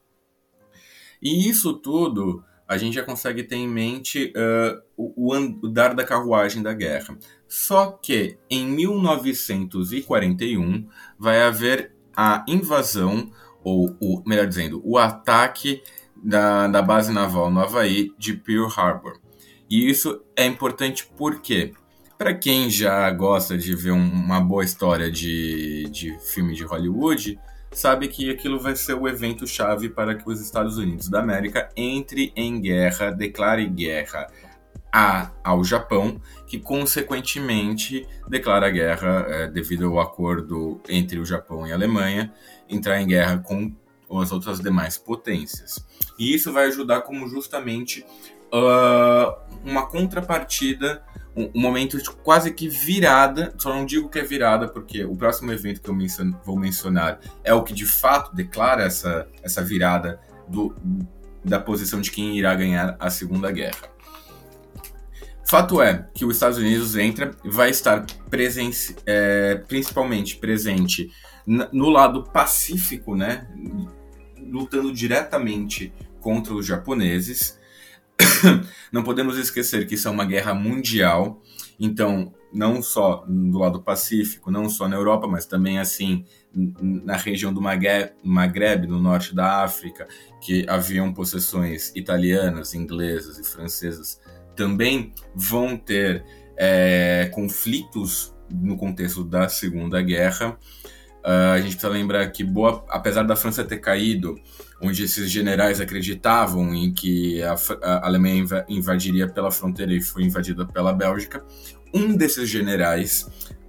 E isso tudo a gente já consegue ter em mente uh, o, o andar da carruagem da guerra. Só que em mil novecentos e quarenta e um vai haver a invasão, ou o, melhor dizendo, o ataque da, da base naval no Havaí de Pearl Harbor. E isso é importante porque, para quem já gosta de ver um, uma boa história de, de filme de Hollywood, sabe que aquilo vai ser o evento-chave para que os Estados Unidos da América entre em guerra, declare guerra a, ao Japão, que consequentemente declara guerra, é, devido ao acordo entre o Japão e a Alemanha, entrar em guerra com as outras demais potências. E isso vai ajudar como justamente uh, uma contrapartida, um, um momento de quase que virada. Só não digo que é virada porque o próximo evento que eu mencion, vou mencionar é o que de fato declara essa, essa virada do, da posição de quem irá ganhar a Segunda Guerra. Fato é que os Estados Unidos entra e vai estar presente, é, principalmente presente no lado pacífico, né, lutando diretamente contra os japoneses. Não podemos esquecer que isso é uma guerra mundial, então não só do lado pacífico, não só na Europa, mas também assim na região do Maghreb, no norte da África, que haviam possessões italianas, inglesas e francesas, também vão ter é, conflitos no contexto da Segunda Guerra. Uh, a gente precisa lembrar que, boa, apesar da França ter caído, onde esses generais acreditavam em que a, a Alemanha inv- invadiria pela fronteira e foi invadida pela Bélgica, um desses generais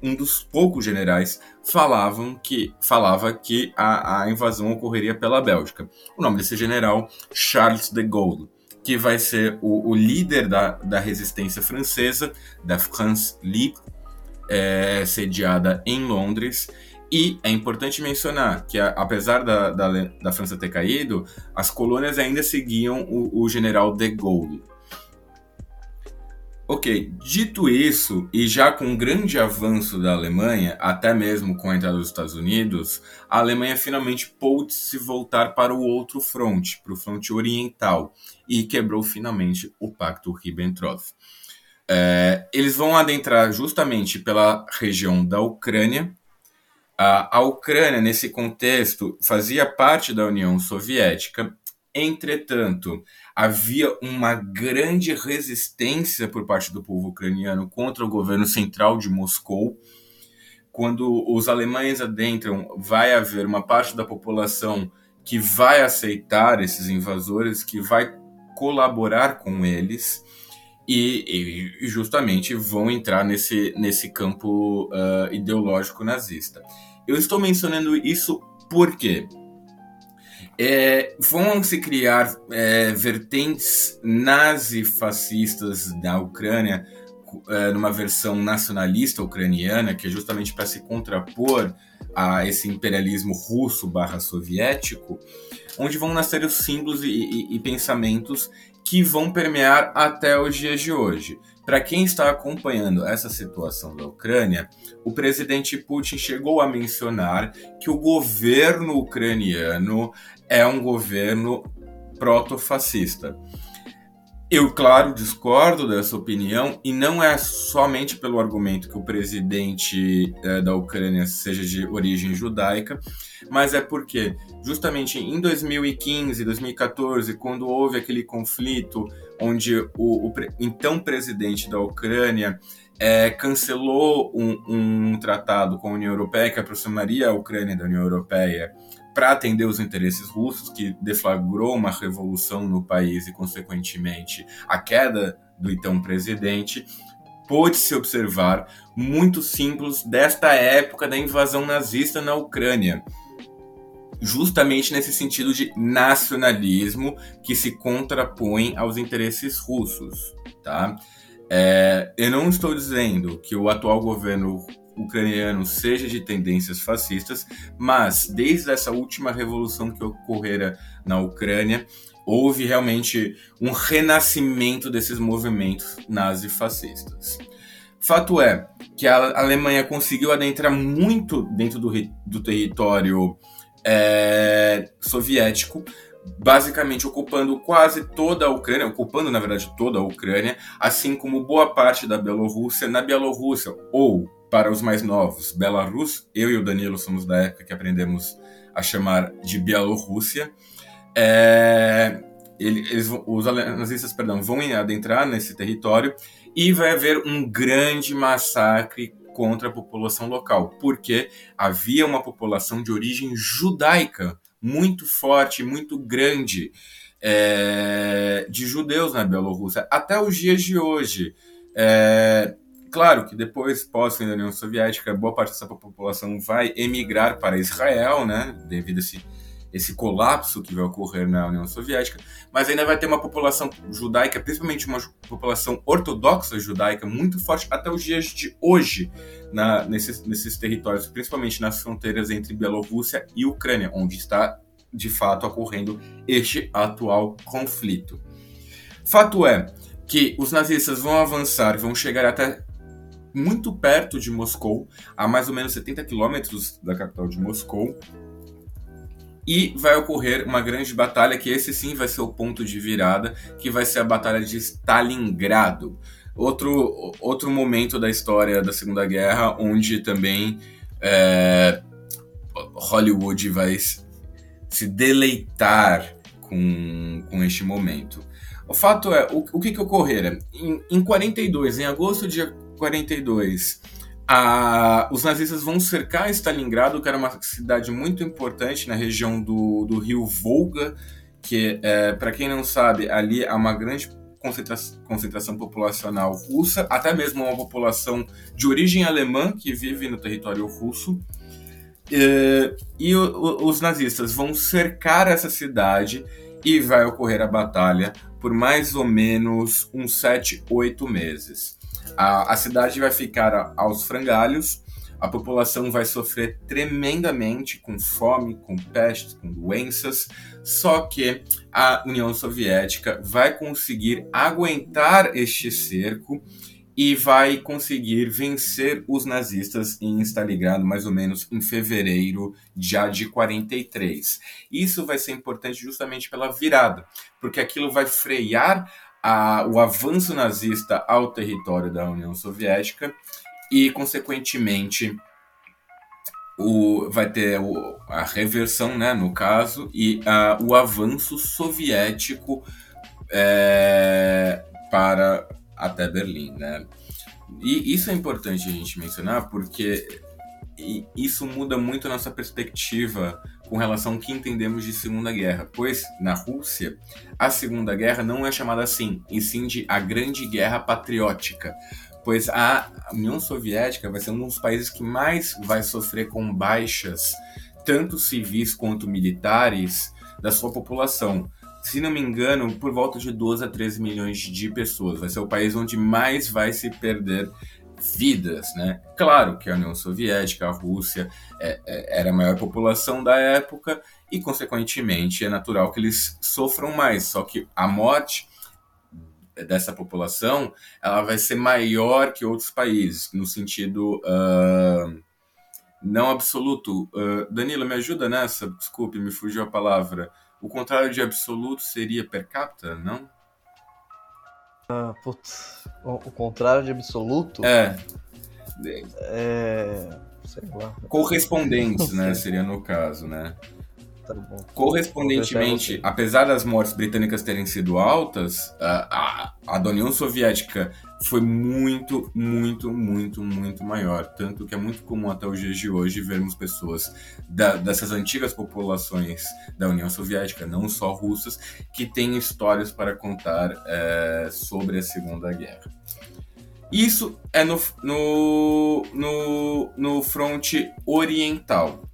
um dos poucos generais falavam que, falava que a, a invasão ocorreria pela Bélgica. O nome desse general, Charles de Gaulle, que vai ser o, o líder da, da resistência francesa, da France Libre, é, sediada em Londres. E é importante mencionar que, apesar da, da, da França ter caído, as colônias ainda seguiam o, o general de Gaulle. Ok, dito isso, e já com um grande avanço da Alemanha, até mesmo com a entrada dos Estados Unidos, a Alemanha finalmente pôde se voltar para o outro fronte, para o fronte oriental, e quebrou finalmente o Pacto Ribbentrop. É, eles vão adentrar justamente pela região da Ucrânia. A, a Ucrânia, nesse contexto, fazia parte da União Soviética. Entretanto, havia uma grande resistência por parte do povo ucraniano contra o governo central de Moscou. Quando os alemães adentram, vai haver uma parte da população que vai aceitar esses invasores, que vai colaborar com eles e, e justamente vão entrar nesse, nesse campo uh, ideológico nazista. Eu estou mencionando isso porque É, vão se criar é, vertentes nazi-fascistas na Ucrânia, é, numa versão nacionalista ucraniana, que é justamente para se contrapor a esse imperialismo russo barra soviético, onde vão nascer os símbolos e, e, e pensamentos que vão permear até os dias de hoje. Para quem está acompanhando essa situação da Ucrânia, o presidente Putin chegou a mencionar que o governo ucraniano é um governo proto-fascista. Eu, claro, discordo dessa opinião, e não é somente pelo argumento que o presidente é, da Ucrânia seja de origem judaica, mas é porque, justamente em dois mil e quinze, dois mil e quatorze, quando houve aquele conflito onde o, o então presidente da Ucrânia é, cancelou um, um tratado com a União Europeia que aproximaria a Ucrânia da União Europeia para atender os interesses russos, que deflagrou uma revolução no país e, consequentemente, a queda do então presidente, pôde-se observar muitos símbolos desta época da invasão nazista na Ucrânia, justamente nesse sentido de nacionalismo que se contrapõe aos interesses russos, tá? É, eu não estou dizendo que o atual governo ucraniano seja de tendências fascistas, mas desde essa última revolução que ocorrera na Ucrânia, houve realmente um renascimento desses movimentos nazifascistas. Fato é que a Alemanha conseguiu adentrar muito dentro do, do território é, soviético, basicamente ocupando quase toda a Ucrânia, ocupando na verdade toda a Ucrânia, assim como boa parte da Bielorrússia. Na Bielorrússia, ou para os mais novos, Belarus, eu e o Danilo somos da época que aprendemos a chamar de Bielorrússia. É, eles, os nazistas perdão, vão adentrar nesse território e vai haver um grande massacre contra a população local, porque havia uma população de origem judaica muito forte, muito grande, é, de judeus na Bielorrússia, até os dias de hoje. É, Claro que depois, pós-fim da União Soviética, boa parte dessa população vai emigrar para Israel, né, devido a esse, esse colapso que vai ocorrer na União Soviética, mas ainda vai ter uma população judaica, principalmente uma população ortodoxa judaica, muito forte até os dias de hoje, na, nesses, nesses territórios, principalmente nas fronteiras entre Bielorrússia e Ucrânia, onde está, de fato, ocorrendo este atual conflito. Fato é que os nazistas vão avançar, vão chegar até muito perto de Moscou, a mais ou menos setenta quilômetros da capital de Moscou, e vai ocorrer uma grande batalha, que esse sim vai ser o ponto de virada, que vai ser a Batalha de Stalingrado. Outro, outro momento da história da Segunda Guerra, onde também é, Hollywood vai se deleitar com, com este momento. O fato é, o, o que que ocorrera? Em, em quarenta e dois, em agosto de quarenta e dois, a, os nazistas vão cercar Stalingrado, que era uma cidade muito importante na região do, do rio Volga, que, é, para quem não sabe, ali há uma grande concentra- concentração populacional russa, até mesmo uma população de origem alemã que vive no território russo. E, e o, o, os nazistas vão cercar essa cidade e vai ocorrer a batalha por mais ou menos uns sete, oito meses. A, a cidade vai ficar a, aos frangalhos, a população vai sofrer tremendamente com fome, com pestes, com doenças, só que a União Soviética vai conseguir aguentar este cerco e vai conseguir vencer os nazistas em Stalingrado mais ou menos em fevereiro já de quarenta e três. Isso vai ser importante justamente pela virada, porque aquilo vai frear a, o avanço nazista ao território da União Soviética e, consequentemente, o, vai ter o, a reversão, né, no caso, e a, o avanço soviético é, para até Berlim, né? E isso é importante a gente mencionar porque isso muda muito a nossa perspectiva com relação ao que entendemos de Segunda Guerra, pois na Rússia a Segunda Guerra não é chamada assim, e sim de a Grande Guerra Patriótica, pois a União Soviética vai ser um dos países que mais vai sofrer com baixas, tanto civis quanto militares, da sua população. Se não me engano, por volta de doze a treze milhões de pessoas. Vai ser o país onde mais vai se perder vidas, né? Claro que a União Soviética, a Rússia, é, é, era a maior população da época e, consequentemente, é natural que eles sofram mais. Só que a morte dessa população ela vai ser maior que outros países, no sentido uh, não absoluto. Uh, Danilo, me ajuda nessa? Desculpe, me fugiu a palavra. O contrário de absoluto seria per capita, não? Ah, putz, o, o contrário de absoluto? É. É. Sei lá. Correspondentes, né? Seria no caso, né? Tá bom. Correspondentemente, apesar das mortes britânicas terem sido altas, a, a, a da União Soviética foi muito, muito, muito, muito maior. Tanto que é muito comum até os dias de hoje vermos pessoas da, dessas antigas populações da União Soviética, não só russas, que têm histórias para contar é, sobre a Segunda Guerra. Isso é no, no, no, no fronte oriental.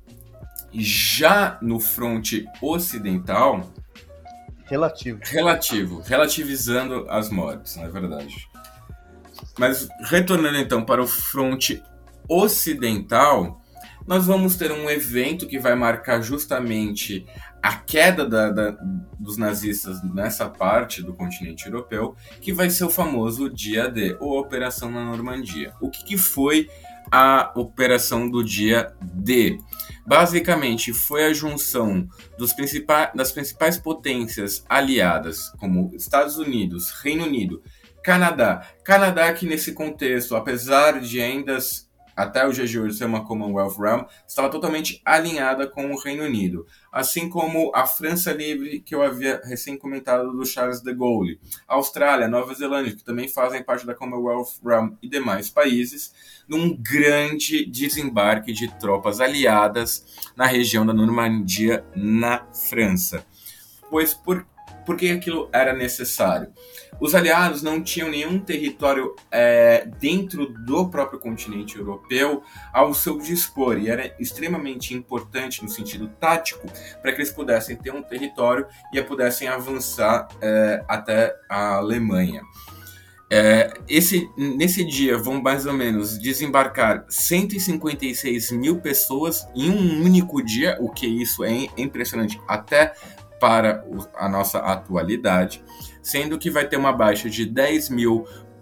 Já no fronte ocidental... Relativo. Relativo. Relativizando as mortes, na verdade. Mas retornando então para o fronte ocidental, nós vamos ter um evento que vai marcar justamente a queda da, da, dos nazistas nessa parte do continente europeu, que vai ser o famoso Dia D, ou Operação na Normandia. O que, que foi a Operação do Dia D? Basicamente, foi a junção dos principais, das principais potências aliadas, como Estados Unidos, Reino Unido, Canadá. Canadá que nesse contexto, apesar de ainda até o dia de hoje ser uma Commonwealth Realm, estava totalmente alinhada com o Reino Unido. Assim como a França Livre, que eu havia recém comentado do Charles de Gaulle. A Austrália, Nova Zelândia, que também fazem parte da Commonwealth Realm e demais países, num grande desembarque de tropas aliadas na região da Normandia, na França. Pois por, por que aquilo era necessário? Os aliados não tinham nenhum território é, dentro do próprio continente europeu ao seu dispor, e era extremamente importante no sentido tático para que eles pudessem ter um território e pudessem avançar é, até a Alemanha. É, esse, nesse dia vão mais ou menos desembarcar cento e cinquenta e seis mil pessoas em um único dia, o que isso é impressionante até para a nossa atualidade, sendo que vai ter uma baixa de dez mil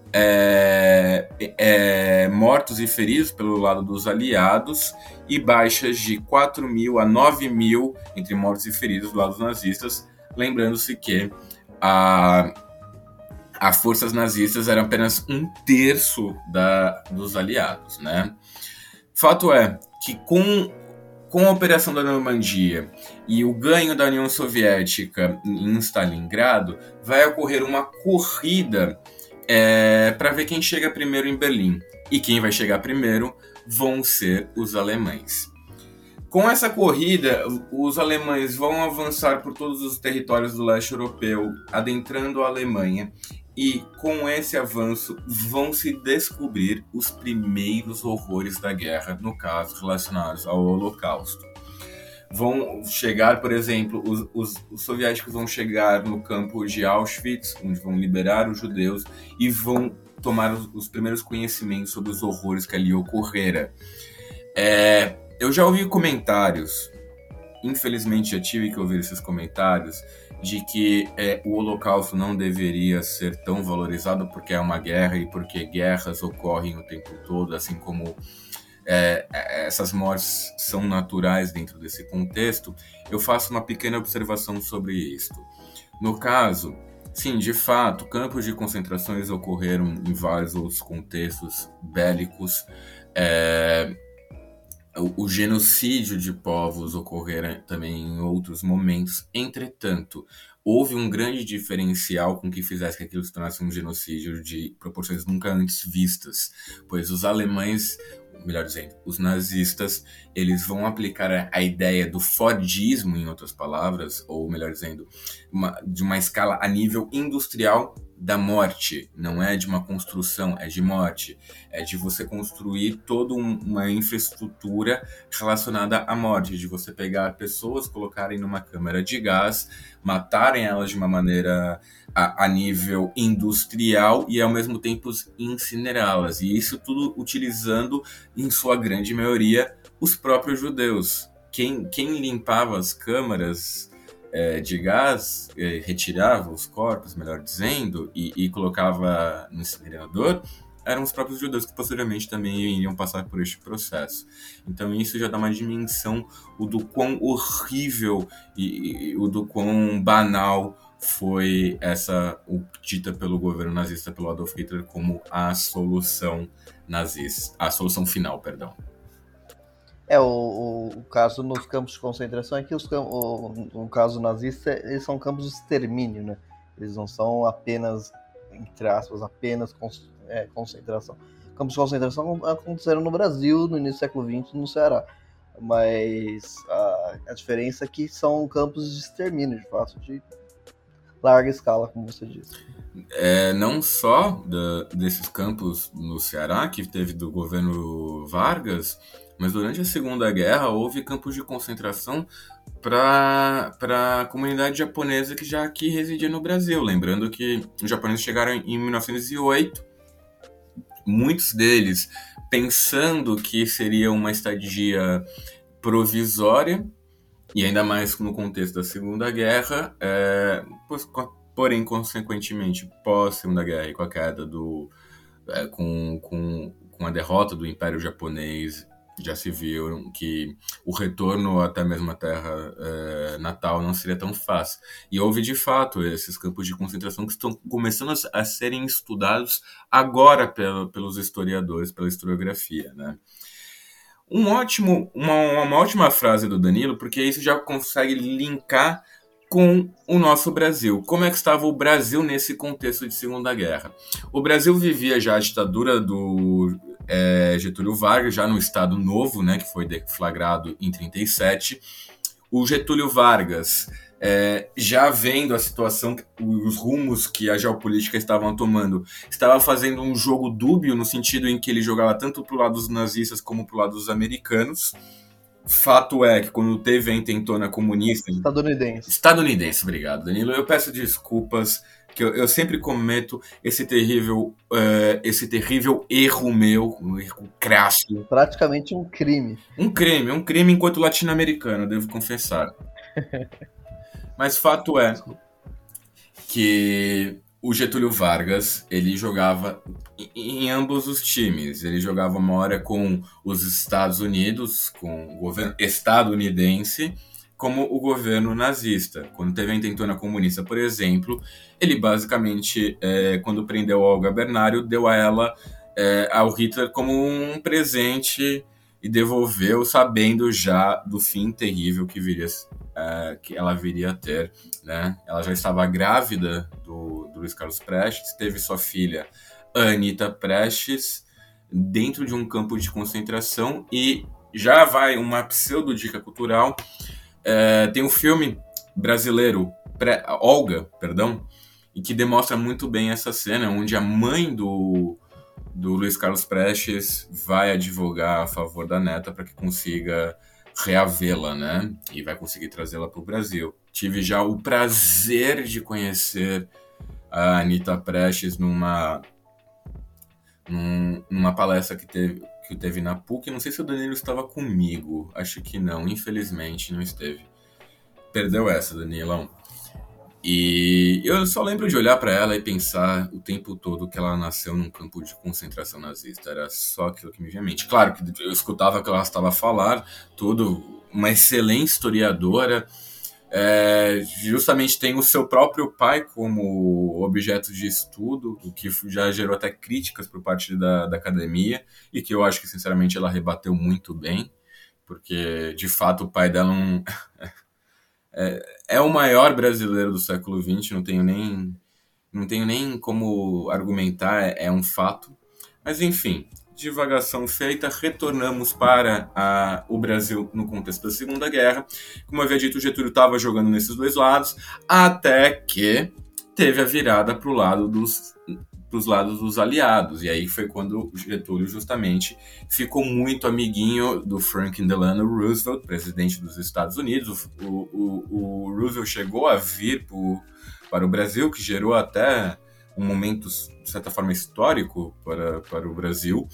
é, é, mortos e feridos pelo lado dos aliados e baixas de quatro mil a nove mil entre mortos e feridos do lado dos nazistas, lembrando-se que a, as forças nazistas eram apenas um terço da, dos aliados, né? Fato é que com Com a Operação da Normandia e o ganho da União Soviética em Stalingrado, vai ocorrer uma corrida é, para ver quem chega primeiro em Berlim. E quem vai chegar primeiro vão ser os alemães. Com essa corrida, os alemães vão avançar por todos os territórios do leste europeu, adentrando a Alemanha E com esse avanço vão se descobrir os primeiros horrores da guerra, no caso relacionados ao Holocausto. Vão chegar, por exemplo, os, os, os soviéticos vão chegar no campo de Auschwitz, onde vão liberar os judeus e vão tomar os, os primeiros conhecimentos sobre os horrores que ali ocorreram. É, eu já ouvi comentários, infelizmente já tive que ouvir esses comentários, de que é, o Holocausto não deveria ser tão valorizado porque é uma guerra e porque guerras ocorrem o tempo todo, assim como é, essas mortes são naturais dentro desse contexto. Eu faço uma pequena observação sobre isto. No caso, sim, de fato, campos de concentrações ocorreram em vários outros contextos bélicos. É, o, o genocídio de povos ocorrera também em outros momentos. Entretanto, houve um grande diferencial com que fizesse que aquilo se tornasse um genocídio de proporções nunca antes vistas, pois os alemães, melhor dizendo, os nazistas, eles vão aplicar a, a ideia do Fordismo, em outras palavras, ou melhor dizendo, uma, de uma escala a nível industrial da morte. Não é de uma construção, é de morte. É de você construir toda um, uma infraestrutura relacionada à morte, de você pegar pessoas, colocarem numa câmara de gás, matarem elas de uma maneira a, a nível industrial e ao mesmo tempo incinerá-las. E isso tudo utilizando, em sua grande maioria, os próprios judeus. Quem, quem limpava as câmaras é, de gás, é, retirava os corpos, melhor dizendo, e, e colocava no incinerador, eram os próprios judeus que posteriormente também iriam passar por este processo. Então isso já dá uma dimensão o do quão horrível e, e o do quão banal foi essa, o, dita pelo governo nazista, pelo Adolf Hitler, como a solução nazista, a solução final, perdão. É, o, o, o caso nos campos de concentração é que os campos, o, no caso nazista, eles são campos de extermínio, né? Eles não são apenas, entre aspas, apenas con, é, concentração. Campos de concentração aconteceram no Brasil, no início do século vinte, no Ceará. Mas a, a diferença é que são campos de extermínio, de fato, de larga escala, como você disse. É, não só da, desses campos no Ceará, que teve do governo Vargas, mas durante a Segunda Guerra houve campos de concentração para a comunidade japonesa que já aqui residia no Brasil. Lembrando que os japoneses chegaram em mil novecentos e oito, muitos deles pensando que seria uma estadia provisória, e ainda mais no contexto da Segunda Guerra, é, porém, consequentemente, pós-Segunda Guerra e com a queda do... É, com, com, com a derrota do Império Japonês, já se viu que o retorno até mesmo a terra é, natal não seria tão fácil. E houve, de fato, esses campos de concentração que estão começando a, a serem estudados agora pelo, pelos historiadores, pela historiografia, né? Um ótimo, uma, uma ótima frase do Danilo, porque isso já consegue linkar com o nosso Brasil. Como é que estava o Brasil nesse contexto de Segunda Guerra? O Brasil vivia já a ditadura do é, Getúlio Vargas, já no Estado Novo, né, que foi deflagrado em trinta e sete. O Getúlio Vargas, é, já vendo a situação, os rumos que a geopolítica estavam tomando, estava fazendo um jogo dúbio, no sentido em que ele jogava tanto para o lado dos nazistas como para o lado dos americanos. Fato é que quando teve a intentona comunista... Estadunidense. Estadunidense, obrigado, Danilo. Eu peço desculpas, que eu, eu sempre cometo esse terrível, uh, esse terrível erro meu, um erro crasso. Praticamente um crime. Um crime, um crime enquanto latino-americano, devo confessar. Mas fato é que o Getúlio Vargas, ele jogava em ambos os times. Ele jogava uma hora com os Estados Unidos, com o governo estadunidense, como o governo nazista. Quando teve a intentona comunista, por exemplo, ele basicamente, é, quando prendeu a Olga Bernário, deu a ela, é, ao Hitler, como um presente e devolveu, sabendo já do fim terrível que viria, é, que ela viria a ter, né? Ela já estava grávida do, do Luiz Carlos Prestes, teve sua filha Anita Prestes dentro de um campo de concentração. E já vai uma pseudo-dica cultural. É, tem um filme brasileiro, pré, Olga, perdão, e que demonstra muito bem essa cena, onde a mãe do, do Luiz Carlos Prestes vai advogar a favor da neta para que consiga reavê-la, né? E vai conseguir trazê-la para o Brasil. Tive já o prazer de conhecer a Anita Prestes numa, num, numa palestra que teve, que teve na P U C. Não sei se o Danilo estava comigo. Acho que não, infelizmente não esteve. Perdeu essa, Danilão. E eu só lembro de olhar para ela e pensar o tempo todo que ela nasceu num campo de concentração nazista. Era só aquilo que me vinha à mente. Claro que eu escutava o que ela estava a falar, tudo, uma excelente historiadora. É, justamente tem o seu próprio pai como objeto de estudo, o que já gerou até críticas por parte da, da academia, e que eu acho que, sinceramente, ela rebateu muito bem, porque, de fato, o pai dela não... É, é o maior brasileiro do século vinte, não tenho nem, não tenho nem como argumentar, é, é um fato. Mas, enfim, divagação feita, retornamos para a, o Brasil no contexto da Segunda Guerra. Como eu havia dito, o Getúlio estava jogando nesses dois lados, até que teve a virada para o lado dos... dos lados dos aliados, e aí foi quando o Getúlio justamente ficou muito amiguinho do Franklin Delano Roosevelt, presidente dos Estados Unidos. O, o, o Roosevelt chegou a vir pro, para o Brasil, que gerou até um momento, de certa forma, histórico para, para o Brasil,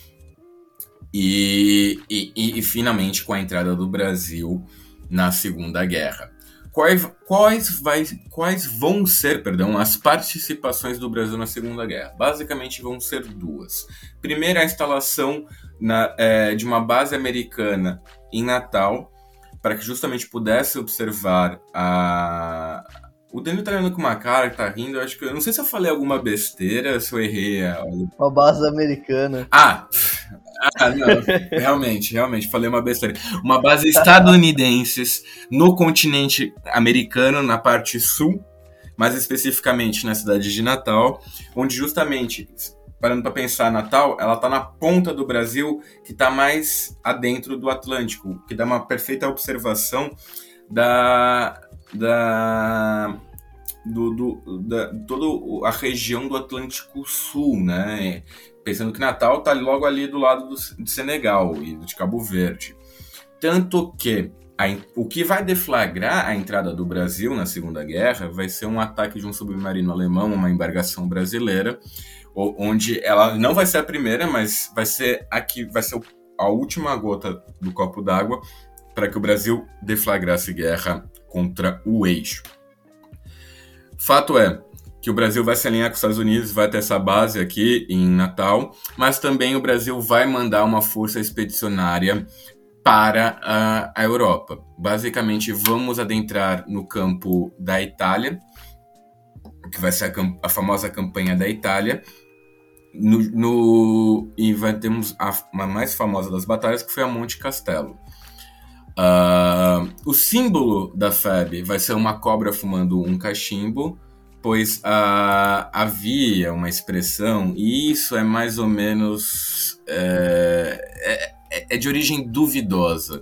e, e, e finalmente com a entrada do Brasil na Segunda Guerra. Quais, quais, vai, quais vão ser, perdão, as participações do Brasil na Segunda Guerra? Basicamente vão ser duas. Primeiro, a instalação na, é, de uma base americana em Natal, para que justamente pudesse observar a... O Danilo tá olhando com uma cara que tá rindo, eu acho que... Eu não sei se eu falei alguma besteira, se eu errei... A... Uma base americana. Ah! Ah, não, realmente, realmente, falei uma besteira. Uma base estadunidense no continente americano, na parte sul, mais especificamente na cidade de Natal, onde justamente, parando para pensar, Natal, ela está na ponta do Brasil, que está mais adentro do Atlântico, que dá uma perfeita observação da... da do, do, da toda a região do Atlântico Sul, né? Pensando que Natal está logo ali do lado do, de Senegal e de Cabo Verde. Tanto que a, o que vai deflagrar a entrada do Brasil na Segunda Guerra vai ser um ataque de um submarino alemão, uma embarcação brasileira, onde ela não vai ser a primeira, mas vai ser a, que, vai ser a última gota do copo d'água para que o Brasil deflagrasse guerra contra o eixo. Fato é que o Brasil vai se alinhar com os Estados Unidos, vai ter essa base aqui em Natal, mas também o Brasil vai mandar uma força expedicionária para a, a Europa. Basicamente, vamos adentrar no campo da Itália, que vai ser a, a famosa campanha da Itália, no, no, e vai termos a, a mais famosa das batalhas, que foi a Monte Castelo. Uh, o símbolo da F E B vai ser uma cobra fumando um cachimbo, pois uh, havia uma expressão, e isso é mais ou menos é, é, é de origem duvidosa,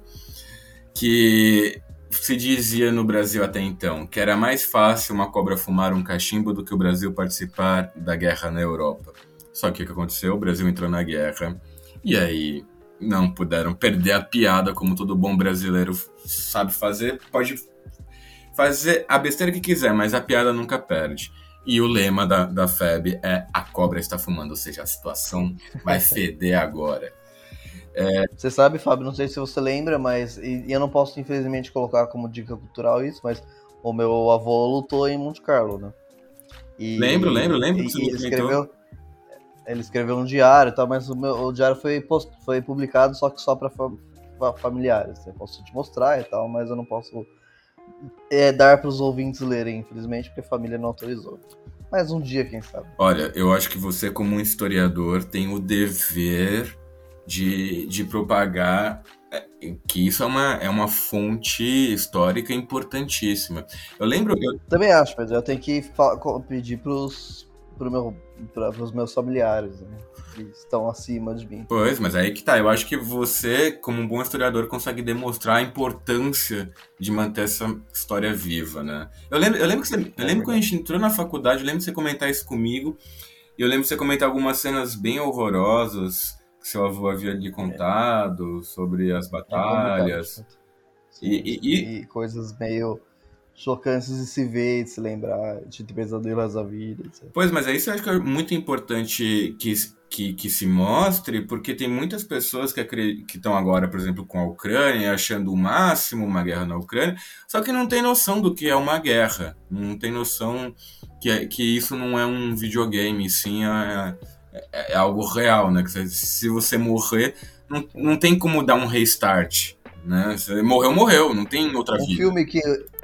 que se dizia no Brasil até então, que era mais fácil uma cobra fumar um cachimbo do que o Brasil participar da guerra na Europa. Só que o que aconteceu? O Brasil entrou na guerra, e aí não puderam perder a piada, como todo bom brasileiro sabe fazer. Pode fazer a besteira que quiser, mas a piada nunca perde. E o lema da, da F E B é a cobra está fumando, ou seja, a situação vai feder agora. É... Você sabe, Fábio, não sei se você lembra, mas e, e eu não posso infelizmente colocar como dica cultural isso, mas o meu avô lutou em Monte Carlo, né? E, lembro, lembro, lembro e, que você e ele escreveu, ele escreveu um diário e tal, mas o, meu, o diário foi, post, foi publicado só que só para fa, familiares. Eu posso te mostrar e tal, mas eu não posso é, dar para os ouvintes lerem, infelizmente, porque a família não autorizou. Mas um dia, quem sabe. Olha, eu acho que você, como um historiador, tem o dever de, de propagar que isso é uma, é uma fonte histórica importantíssima. Eu lembro... Eu... Também acho, mas eu tenho que pedir para os pro meu, meus familiares. Né? que estão acima de mim. Pois, mas aí que tá. Eu acho que você, como um bom historiador, consegue demonstrar a importância de manter essa história viva, né? Eu lembro, eu lembro que você, eu lembro quando a gente entrou na faculdade, eu lembro de você comentar isso comigo, e eu lembro de você comentar algumas cenas bem horrorosas que seu avô havia lhe contado sobre as É complicado. batalhas. Sim, E, e, sim. e- E coisas meio chocantes de se ver, de se lembrar, de ter pesadelos da vida, etcétera. Pois, mas é isso que eu acho que é muito importante que, que, que se mostre, porque tem muitas pessoas que acre- que estão agora, por exemplo, com a Ucrânia, achando o máximo uma guerra na Ucrânia, só que não tem noção do que é uma guerra, não tem noção que, é- que isso não é um videogame, sim, é, é, é algo real, né? Que se, se você morrer, não, não tem como dar um restart, né? Você morreu, morreu, não tem outra Um vida. filme que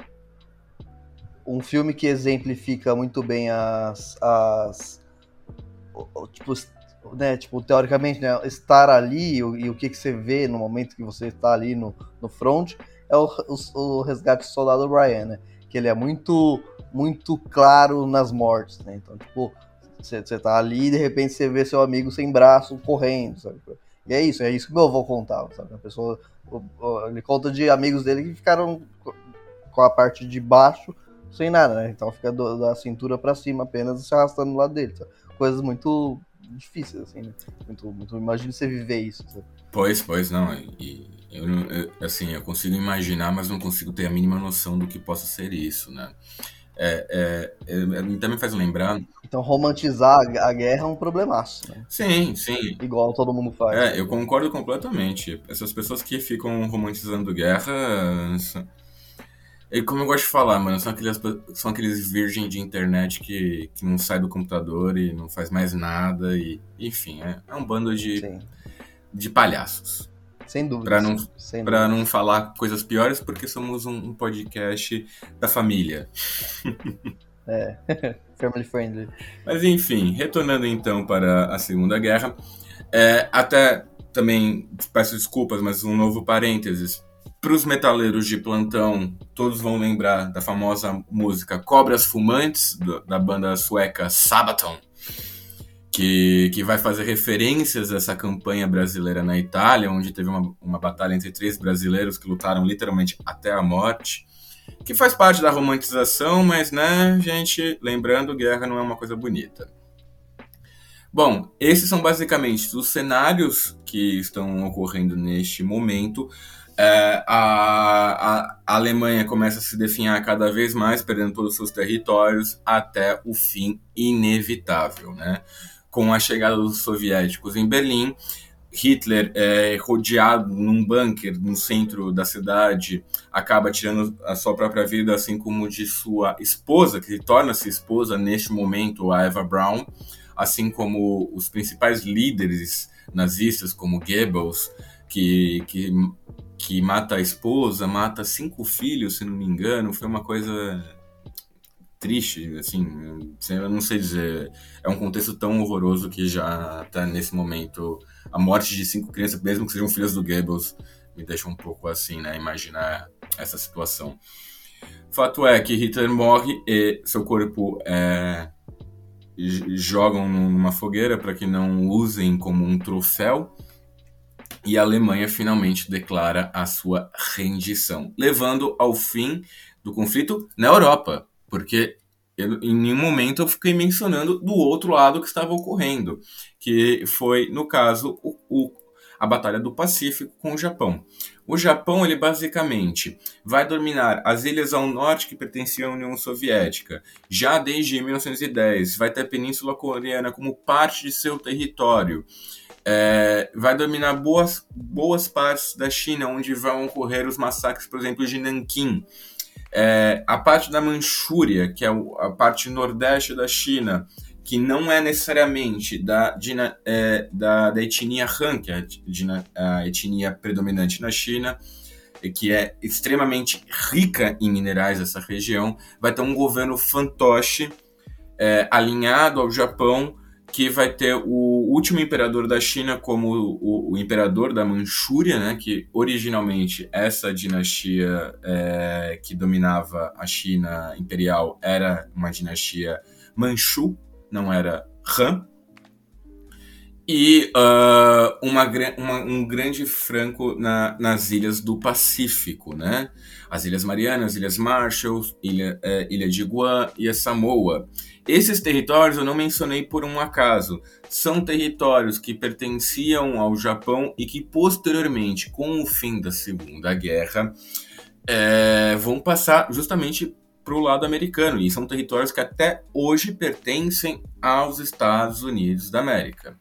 um filme que exemplifica muito bem as, as o- o- tipo, s- né, tipo, teoricamente, né, estar ali e, o e o que, que você vê no momento que você está ali no, no front é o, o, o Resgate do Soldado Ryan, né? Que ele é muito, muito claro nas mortes, né? Então, tipo, você, você tá ali e de repente você vê seu amigo sem braço correndo, sabe? E é isso, é isso que meu avô contava, sabe? A pessoa, o- o- ele conta de amigos dele que ficaram co- com a parte de baixo sem nada, né? Então fica do- da cintura pra cima apenas se arrastando do lado dele, sabe? Coisas muito difíceis, assim, né? Muito, muito, imagina você viver isso, sabe? Pois, pois, não. E eu, não- eu- assim, eu consigo imaginar, mas não consigo ter a mínima noção do que possa ser isso, né? É, é, é, é, também faz lembrar. Então romantizar a a guerra é um problemaço, né? Sim, sim. Igual todo mundo faz. É, eu concordo completamente. Essas pessoas que ficam romantizando guerra. são- E como eu gosto de falar, mano, são aqueles, são aqueles virgens de internet que, que não sai do computador e não faz mais nada. E, enfim, é, é um bando de, Sim, de palhaços. sem Para dúvidas, não, sem para não dúvidas. falar coisas piores, porque somos um, um podcast da família. Family friendly. Mas enfim, retornando então para a Segunda Guerra, é, até também peço desculpas, mas um novo parênteses. Para os metaleiros de plantão, todos vão lembrar da famosa música Cobras Fumantes, do, da banda sueca Sabaton, que, que vai fazer referências a essa campanha brasileira na Itália, onde teve uma, uma batalha entre três brasileiros que lutaram literalmente até a morte, que faz parte da romantização, mas, né, gente, lembrando, guerra não é uma coisa bonita. Bom, esses são basicamente os cenários que estão ocorrendo neste momento. É, a, a, a Alemanha começa a se definhar cada vez mais, perdendo todos os seus territórios, até o fim inevitável, né? Com a chegada dos soviéticos em Berlim, Hitler é rodeado num bunker no centro da cidade, acaba tirando a sua própria vida, assim como de sua esposa, que torna-se esposa neste momento, a Eva Braun, assim como os principais líderes nazistas, como Goebbels, que, que, que mata a esposa, mata cinco filhos, se não me engano, foi uma coisa triste, assim, eu não sei dizer, é um contexto tão horroroso que já está nesse momento, a morte de cinco crianças, mesmo que sejam filhas do Goebbels, me deixa um pouco assim, né, imaginar essa situação. Fato é que Hitler morre e seu corpo é, jogam numa fogueira para que não usem como um troféu, e a Alemanha finalmente declara a sua rendição, levando ao fim do conflito na Europa, porque eu, em nenhum momento eu fiquei mencionando do outro lado que estava ocorrendo, que foi, no caso, o, o, a Batalha do Pacífico com o Japão. O Japão, ele basicamente vai dominar as ilhas ao norte que pertenciam à União Soviética, já desde mil novecentos e dez, vai ter a Península Coreana como parte de seu território, é, vai dominar boas, boas partes da China, onde vão ocorrer os massacres, por exemplo, de Nanquim. É, a parte da Manchúria, que é a parte nordeste da China, que não é necessariamente da, de, é, da, da etnia Han, que é a, de, a etnia predominante na China, que é extremamente rica em minerais, essa região, vai ter um governo fantoche é, alinhado ao Japão, que vai ter o último imperador da China como o, o imperador da Manchúria, né, que originalmente essa dinastia é, que dominava a China imperial era uma dinastia Manchu, não era Han. e uh, uma, uma, um grande franco na, nas ilhas do Pacífico, né? As Ilhas Marianas, Ilhas Marshall, Ilha, é, Ilha de Guam e a Samoa. Esses territórios eu não mencionei por um acaso. São territórios que pertenciam ao Japão e que posteriormente, com o fim da Segunda Guerra, é, vão passar justamente para o lado americano. E são territórios que até hoje pertencem aos Estados Unidos da América.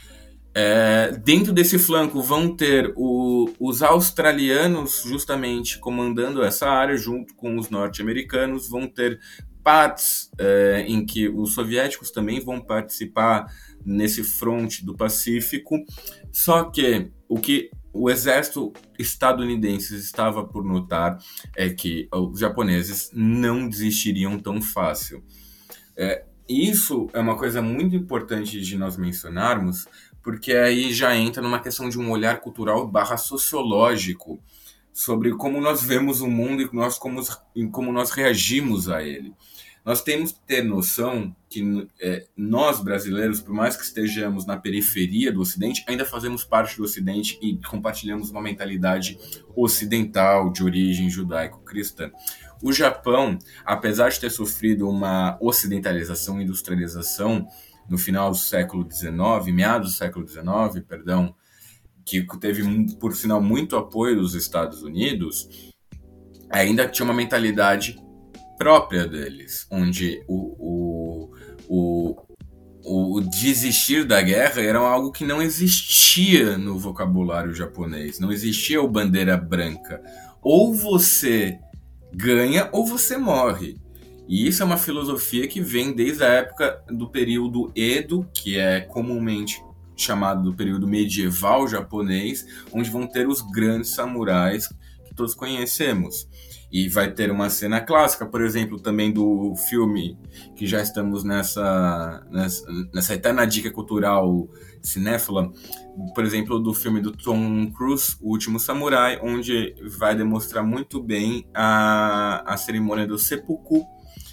É, dentro desse flanco vão ter o, os australianos justamente comandando essa área junto com os norte-americanos, vão ter partes é, em que os soviéticos também vão participar nesse fronte do Pacífico, só que o que o exército estadunidense estava por notar é que os japoneses não desistiriam tão fácil. É, isso é uma coisa muito importante de nós mencionarmos, porque aí já entra numa questão de um olhar cultural barra sociológico sobre como nós vemos o mundo e nós, como, e como nós reagimos a ele. Nós temos que ter noção que é, nós, brasileiros, por mais que estejamos na periferia do Ocidente, ainda fazemos parte do Ocidente e compartilhamos uma mentalidade ocidental de origem judaico-cristã. O Japão, apesar de ter sofrido uma ocidentalização e industrialização no final do século dezenove, meados do século dezenove, perdão, que teve, por sinal, muito apoio dos Estados Unidos, ainda tinha uma mentalidade própria deles, onde o, o, o, o desistir da guerra era algo que não existia no vocabulário japonês, não existia o bandeira branca. Ou você ganha ou você morre. E isso é uma filosofia que vem desde a época do período Edo, que é comumente chamado do período medieval japonês, onde vão ter os grandes samurais que todos conhecemos. E vai ter uma cena clássica, por exemplo, também do filme, que já estamos nessa, nessa, nessa eterna dica cultural cinéfila, por exemplo, do filme do Tom Cruise, O Último Samurai, onde vai demonstrar muito bem a, a cerimônia do seppuku.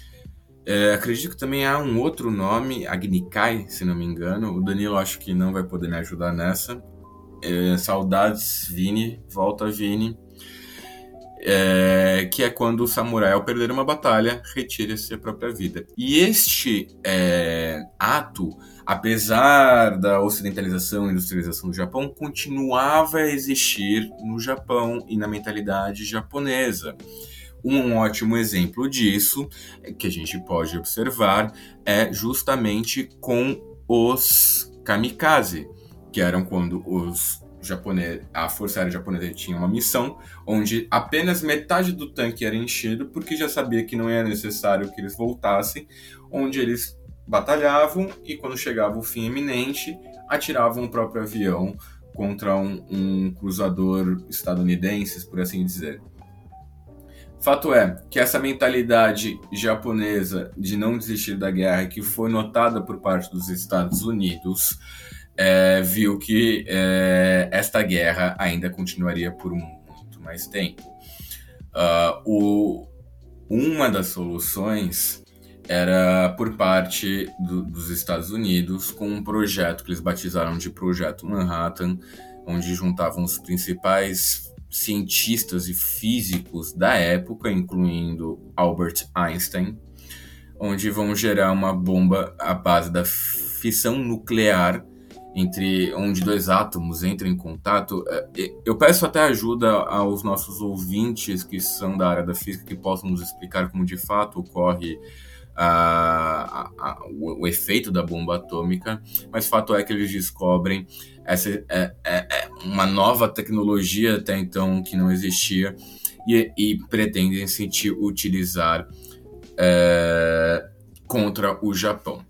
É, acredito que também há um outro nome, Agnikai, se não me engano. O Danilo acho que não vai poder me ajudar nessa. É, saudades, Vini, volta Vini. É, que é quando o samurai, ao perder uma batalha, retira-se a própria vida. E este é, ato, apesar da ocidentalização e industrialização do Japão, continuava a existir no Japão e na mentalidade japonesa. Um ótimo exemplo disso, que a gente pode observar, é justamente com os kamikaze, que eram quando os japonês, a Força Aérea Japonesa tinha uma missão onde apenas metade do tanque era enchido, porque já sabia que não era necessário que eles voltassem, onde eles batalhavam e quando chegava o fim iminente, atiravam o próprio avião contra um, um cruzador estadunidense, por assim dizer. Fato é que essa mentalidade japonesa de não desistir da guerra, que foi notada por parte dos Estados Unidos, É, viu que é, esta guerra ainda continuaria por muito mais tempo. Uh, o, uma das soluções era por parte do, dos Estados Unidos com um projeto que eles batizaram de Projeto Manhattan, onde juntavam os principais cientistas e físicos da época, incluindo Albert Einstein, onde vão gerar uma bomba à base da fissão nuclear, entre onde dois átomos entram em contato. Eu peço até ajuda aos nossos ouvintes que são da área da física, que possam nos explicar como de fato ocorre a, a, a, o, o efeito da bomba atômica, mas o fato é que eles descobrem essa, é, é, uma nova tecnologia até então que não existia e, e pretendem se utilizar é, contra o Japão.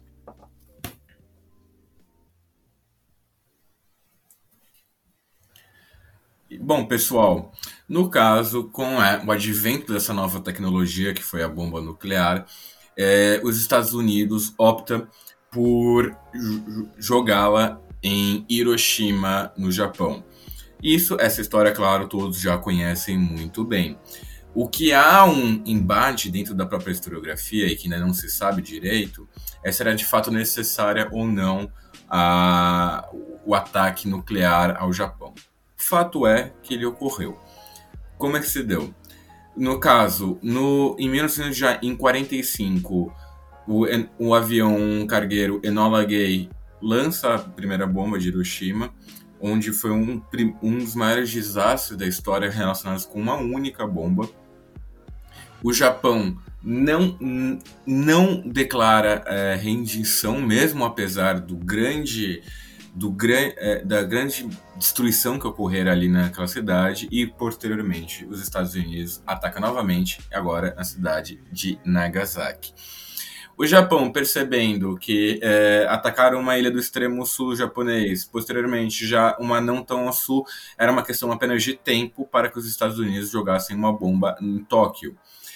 Bom, pessoal, no caso, com o advento dessa nova tecnologia, que foi a bomba nuclear, é, os Estados Unidos optam por jogá-la em Hiroshima, no Japão. Isso, essa história, claro, todos já conhecem muito bem. O que há um embate dentro da própria historiografia e que ainda não se sabe direito é se era de fato necessária ou não a, o ataque nuclear ao Japão. Fato é que ele ocorreu. Como é que se deu? No caso, no, em mil novecentos e quarenta e cinco, o, o avião cargueiro Enola Gay lança a primeira bomba de Hiroshima, onde foi um, um dos maiores desastres da história relacionados com uma única bomba. O Japão não, não declara é, rendição, mesmo apesar do grande, do, é, da grande destruição que ocorrer ali naquela cidade, e posteriormente os Estados Unidos atacam novamente, agora na cidade de Nagasaki. O Japão, percebendo que é, atacaram uma ilha do extremo sul japonês, posteriormente já uma não tão ao sul, era uma questão apenas de tempo para que os Estados Unidos jogassem uma bomba em Tóquio.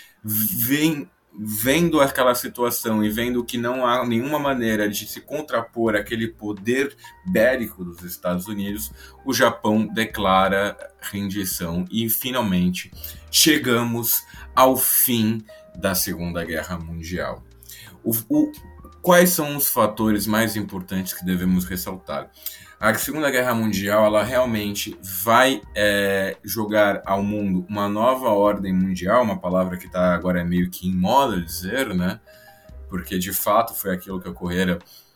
Vem, vendo aquela situação e vendo que não há nenhuma maneira de se contrapor aquele poder bélico dos Estados Unidos, o Japão declara rendição e finalmente chegamos ao fim da Segunda Guerra Mundial. O, o, quais são os fatores mais importantes que devemos ressaltar? A Segunda Guerra Mundial, ela realmente vai é, jogar ao mundo uma nova ordem mundial, uma palavra que está agora meio que em moda dizer, né? Porque de fato foi aquilo que ocorrera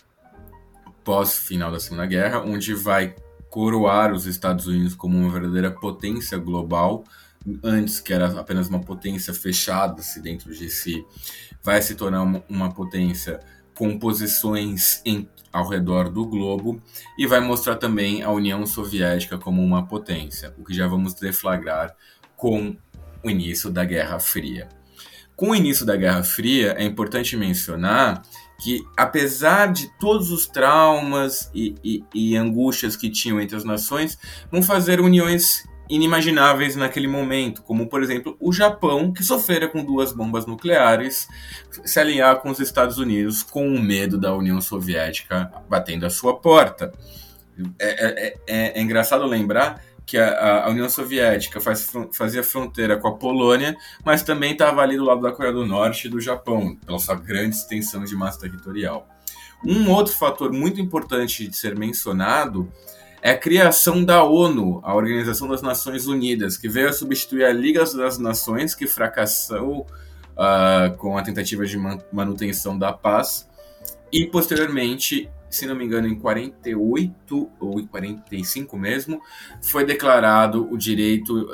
pós-final da Segunda Guerra, onde vai coroar os Estados Unidos como uma verdadeira potência global, antes que era apenas uma potência fechada-se dentro de si, vai se tornar uma, uma potência com posições em, ao redor do globo, e vai mostrar também a União Soviética como uma potência, o que já vamos deflagrar com o início da Guerra Fria. Com o início da Guerra Fria, é importante mencionar que, apesar de todos os traumas e, e, e angústias que tinham entre as nações, vão fazer uniões inimagináveis naquele momento, como, por exemplo, o Japão, que sofrera com duas bombas nucleares, se alinhar com os Estados Unidos com o medo da União Soviética batendo a sua porta. É, é, é, é engraçado lembrar que a, a União Soviética faz, fazia fronteira com a Polônia, mas também estava ali do lado da Coreia do Norte e do Japão, pela sua grande extensão de massa territorial. Um outro fator muito importante de ser mencionado é a criação da ONU, a Organização das Nações Unidas, que veio a substituir a Liga das Nações, que fracassou uh, com a tentativa de manutenção da paz, e posteriormente, se não me engano, em quarenta e oito ou em quarenta e cinco mesmo, foi declarado o direito,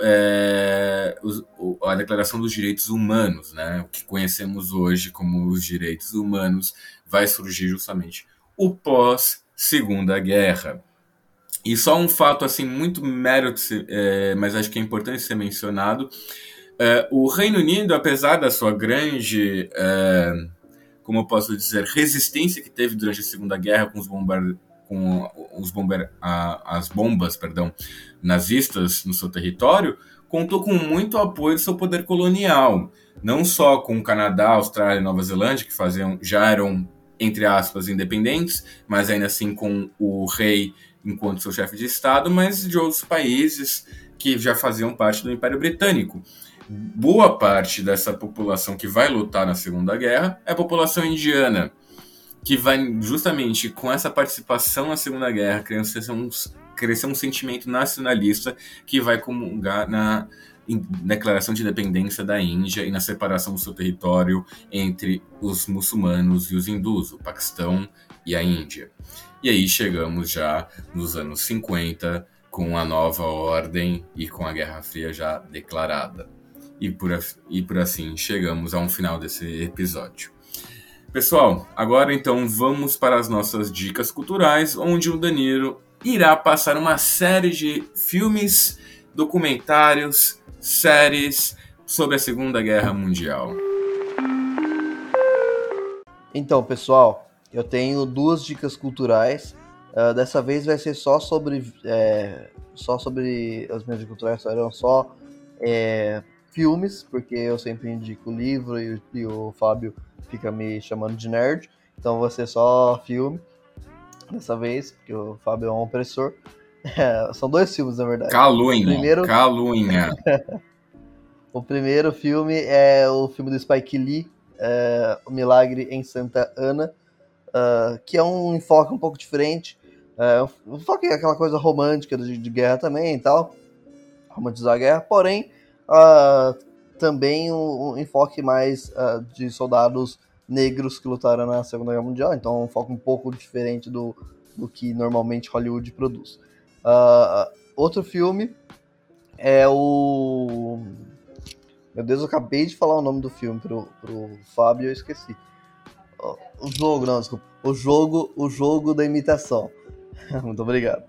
é, a Declaração dos Direitos Humanos, né? O que conhecemos hoje como os direitos humanos vai surgir justamente o pós-Segunda Guerra. E só um fato assim muito mero, é, mas acho que é importante ser mencionado, é, o Reino Unido, apesar da sua grande, é, como eu posso dizer, resistência que teve durante a Segunda Guerra com os bombar, com os bombar, a, as bombas, perdão, nazistas no seu território, contou com muito apoio do seu poder colonial, não só com o Canadá, Austrália e Nova Zelândia, que faziam, já eram, entre aspas, independentes, mas ainda assim com o rei enquanto seu chefe de Estado, mas de outros países que já faziam parte do Império Britânico. Boa parte dessa população que vai lutar na Segunda Guerra é a população indiana, que vai justamente com essa participação na Segunda Guerra crescer um, crescer um sentimento nacionalista que vai comungar na Declaração de Independência da Índia e na separação do seu território entre os muçulmanos e os hindus, o Paquistão e a Índia. E aí chegamos já nos anos cinquenta, com a nova ordem e com a Guerra Fria já declarada. E por, e por assim chegamos a um final desse episódio. Pessoal, agora então vamos para as nossas dicas culturais, onde o Danilo irá passar uma série de filmes, documentários, séries sobre a Segunda Guerra Mundial. Então, pessoal, eu tenho duas dicas culturais. Uh, dessa vez vai ser só sobre é, só sobre as minhas dicas culturais serão só é, filmes, porque eu sempre indico livro e, e o Fábio fica me chamando de nerd, então vai ser só filme dessa vez, porque o Fábio é um opressor. É, são dois filmes, na verdade. Calunha, o primeiro... calunha. O primeiro filme é o filme do Spike Lee, é, O Milagre em Santa Ana. uh, que é um enfoque um pouco diferente. Uh, um enfoque é aquela coisa romântica de, de guerra também e tal, romantizar a guerra, porém uh, também um, um enfoque mais uh, de soldados negros que lutaram na Segunda Guerra Mundial, então é um foco um pouco diferente do, do que normalmente Hollywood produz. Uh, outro filme é o... Meu Deus, eu acabei de falar o nome do filme pro, pro Fábio e eu esqueci. O jogo, não, desculpa. O jogo, o jogo da imitação. Muito obrigado.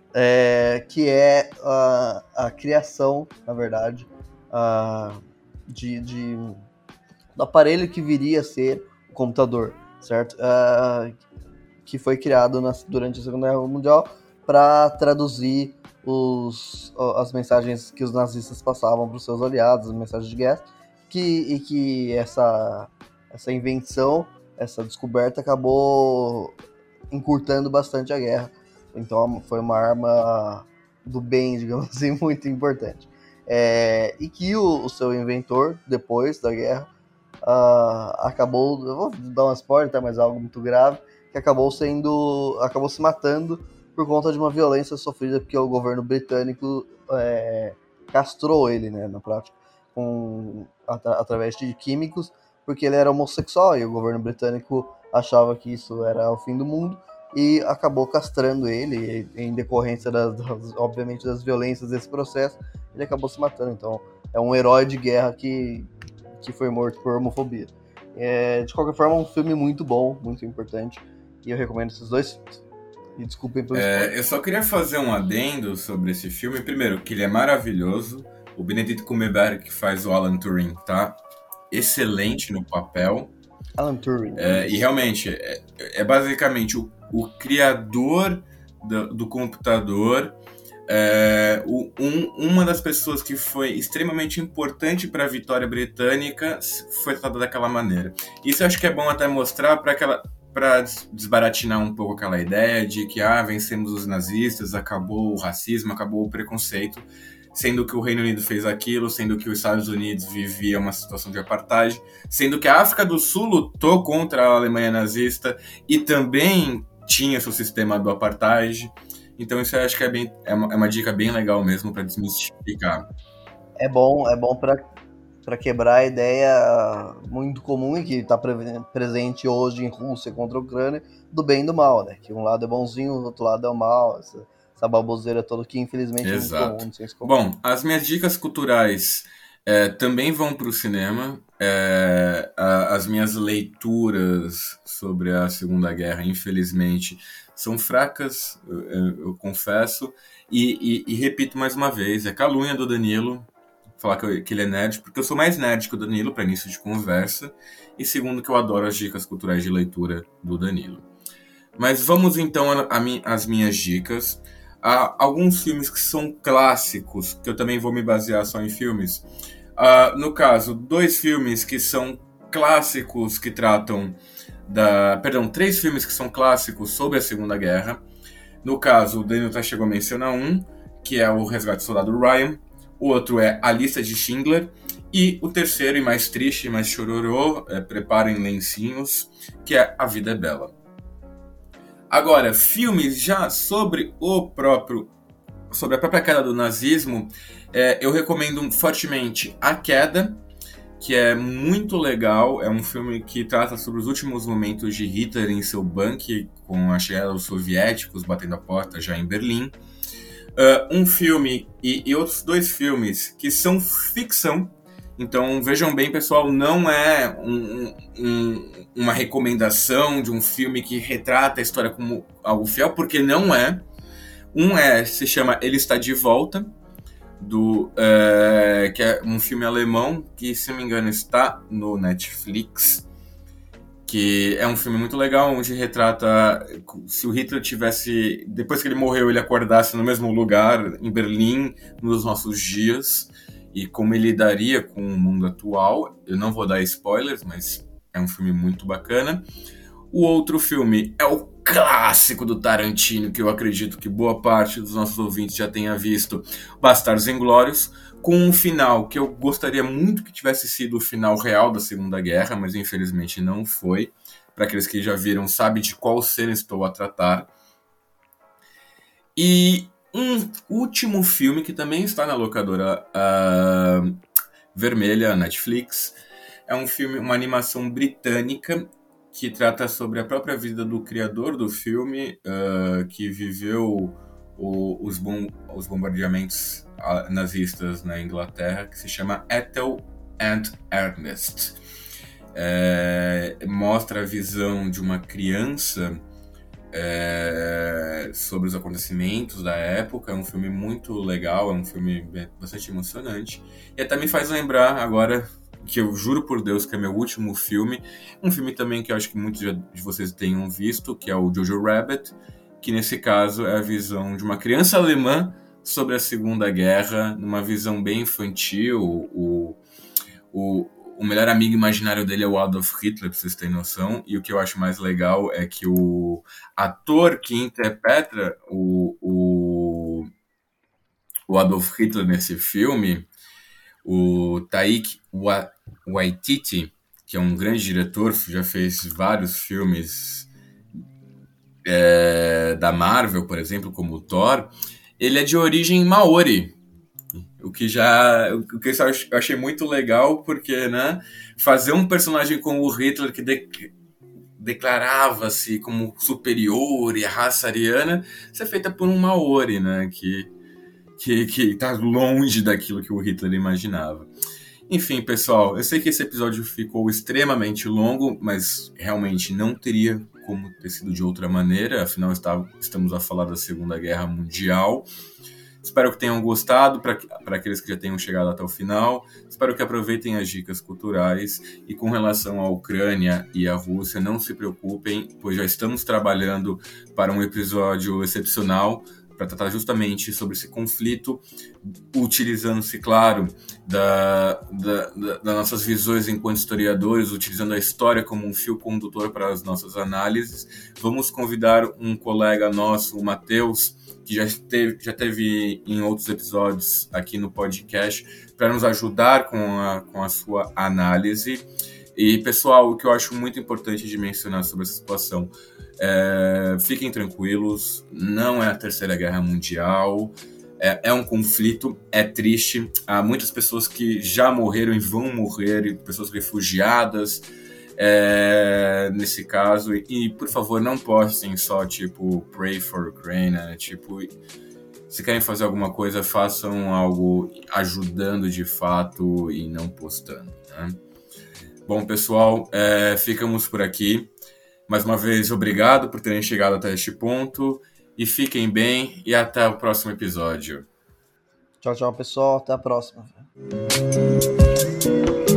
É, que é a, a criação, na verdade, a, de, de, do aparelho que viria a ser o computador, certo? Uh, que foi criado na, durante a Segunda Guerra Mundial para traduzir os, as mensagens que os nazistas passavam para os seus aliados, as mensagens de guerra, que, e que essa, essa invenção, essa descoberta acabou encurtando bastante a guerra. Então foi uma arma do bem, digamos assim, muito importante. É, e que o, o seu inventor, depois da guerra, uh, acabou, eu vou dar um spoiler, tá, mas é algo muito grave, que acabou sendo, acabou se matando por conta de uma violência sofrida porque o governo britânico é, castrou ele, né, na prática, com, atra, através de químicos, porque ele era homossexual e o governo britânico achava que isso era o fim do mundo e acabou castrando ele em decorrência, das, das, obviamente, das violências desse processo, ele acabou se matando. Então é um herói de guerra que, que foi morto por homofobia. É, de qualquer forma, é um filme muito bom, muito importante, e eu recomendo esses dois filmes. E desculpem pelo spoiler. É, eu só queria fazer um adendo sobre esse filme. Primeiro, que ele é maravilhoso. O Benedict Cumberbatch, que faz o Alan Turing, tá excelente no papel. Alan Turing. É, e realmente, é, é basicamente o, o criador do, do computador, é, o, um, uma das pessoas que foi extremamente importante para a vitória britânica foi tratada daquela maneira. Isso eu acho que é bom até mostrar para aquela... para desbaratinar um pouco aquela ideia de que ah, vencemos os nazistas, acabou o racismo, acabou o preconceito, sendo que o Reino Unido fez aquilo, sendo que os Estados Unidos vivia uma situação de apartheid, sendo que a África do Sul lutou contra a Alemanha nazista e também tinha seu sistema do apartheid. Então isso eu acho que é, bem, é, uma, é uma dica bem legal mesmo para desmistificar. É bom, é bom para para quebrar a ideia muito comum e que está presente hoje em Rússia contra a Ucrânia, do bem e do mal, né? Que um lado é bonzinho, o outro lado é o mal, essa, essa baboseira toda que infelizmente Exato. é muito comum. Não sei se comum. Bom, as minhas dicas culturais é, também vão para o cinema. É, a, as minhas leituras sobre a Segunda Guerra, infelizmente, são fracas, eu, eu confesso, e, e, e repito mais uma vez, é calúnia do Danilo falar que, eu, que ele é nerd, porque eu sou mais nerd que o Danilo para início de conversa, e segundo que eu adoro as dicas culturais de leitura do Danilo. Mas vamos então às minhas dicas. Há alguns filmes que são clássicos, que eu também vou me basear só em filmes. Uh, no caso, dois filmes que são clássicos que tratam da... Perdão, três filmes que são clássicos sobre a Segunda Guerra. No caso, o Danilo já chegou a mencionar um, que é o Resgate do Soldado Ryan. O outro é A Lista de Schindler. E o terceiro, e mais triste, mais chororô, é Preparem Lencinhos, que é A Vida é Bela. Agora, filmes já sobre o próprio, sobre a própria queda do nazismo, é, eu recomendo fortemente A Queda, que é muito legal. É um filme que trata sobre os últimos momentos de Hitler em seu bunker, com a chegada dos soviéticos batendo a porta já em Berlim. Uh, um filme e, e outros dois filmes que são ficção. Então vejam bem, pessoal, não é um, um, uma recomendação de um filme que retrata a história como algo fiel, porque não é. Um é, se chama Ele Está de Volta, do, uh, que é um filme alemão que, se não me engano, está no Netflix, que é um filme muito legal, onde retrata se o Hitler tivesse, depois que ele morreu, ele acordasse no mesmo lugar, em Berlim, nos nossos dias, e como ele lidaria com o mundo atual. Eu não vou dar spoilers, mas é um filme muito bacana. O outro filme é o clássico do Tarantino, que eu acredito que boa parte dos nossos ouvintes já tenha visto, Bastardos Inglórios, com um final que eu gostaria muito que tivesse sido o final real da Segunda Guerra, mas infelizmente não foi. para aqueles que já viram, sabem de qual cena estou a tratar. E um último filme que também está na locadora uh, vermelha, Netflix, é um filme, uma animação britânica que trata sobre a própria vida do criador do filme, uh, que viveu o, os, bom, os bombardeamentos nazistas na Inglaterra, que se chama Ethel and Ernest. É, mostra a visão de uma criança é, sobre os acontecimentos da época. É um filme muito legal, é um filme bastante emocionante. E até me faz lembrar agora, que eu juro por Deus que é meu último filme, um filme também que eu acho que muitos de vocês tenham visto, que é o Jojo Rabbit, que nesse caso é a visão de uma criança alemã sobre a Segunda Guerra, numa visão bem infantil. O, o, o melhor amigo imaginário dele é o Adolf Hitler, pra vocês terem noção, e o que eu acho mais legal é que o ator que interpreta o, o, o Adolf Hitler nesse filme, o Taika Waititi, que é um grande diretor, já fez vários filmes é, da Marvel, por exemplo, como o Thor, ele é de origem maori, o que já o que eu achei muito legal, porque, né, fazer um personagem como o Hitler que de, declarava-se como superior e a raça ariana ser feita por um maori, né, que que que tá longe daquilo que o Hitler imaginava. Enfim, pessoal, eu sei que esse episódio ficou extremamente longo, mas realmente não teria como ter sido de outra maneira, afinal está, estamos a falar da Segunda Guerra Mundial. Espero que tenham gostado, para aqueles que já tenham chegado até o final. Espero que aproveitem as dicas culturais. E com relação à Ucrânia e à Rússia, não se preocupem, pois já estamos trabalhando para um episódio excepcional para tratar justamente sobre esse conflito, utilizando-se, claro, da, da, da, das nossas visões enquanto historiadores, utilizando a história como um fio condutor para as nossas análises. Vamos convidar um colega nosso, o Matheus, que já teve, já teve em outros episódios aqui no podcast, para nos ajudar com a, com a sua análise. E, pessoal, o que eu acho muito importante de mencionar sobre essa situação, é, fiquem tranquilos, não é a Terceira Guerra Mundial, é, é um conflito, é triste, há muitas pessoas que já morreram e vão morrer, pessoas refugiadas, É, nesse caso, e, e por favor não postem só tipo pray for Ukraine, né? Tipo, se querem fazer alguma coisa, façam algo ajudando de fato e não postando, né? Bom, pessoal, é, ficamos por aqui. Mais uma vez, obrigado por terem chegado até este ponto e fiquem bem e até o próximo episódio. Tchau, tchau, pessoal, até a próxima.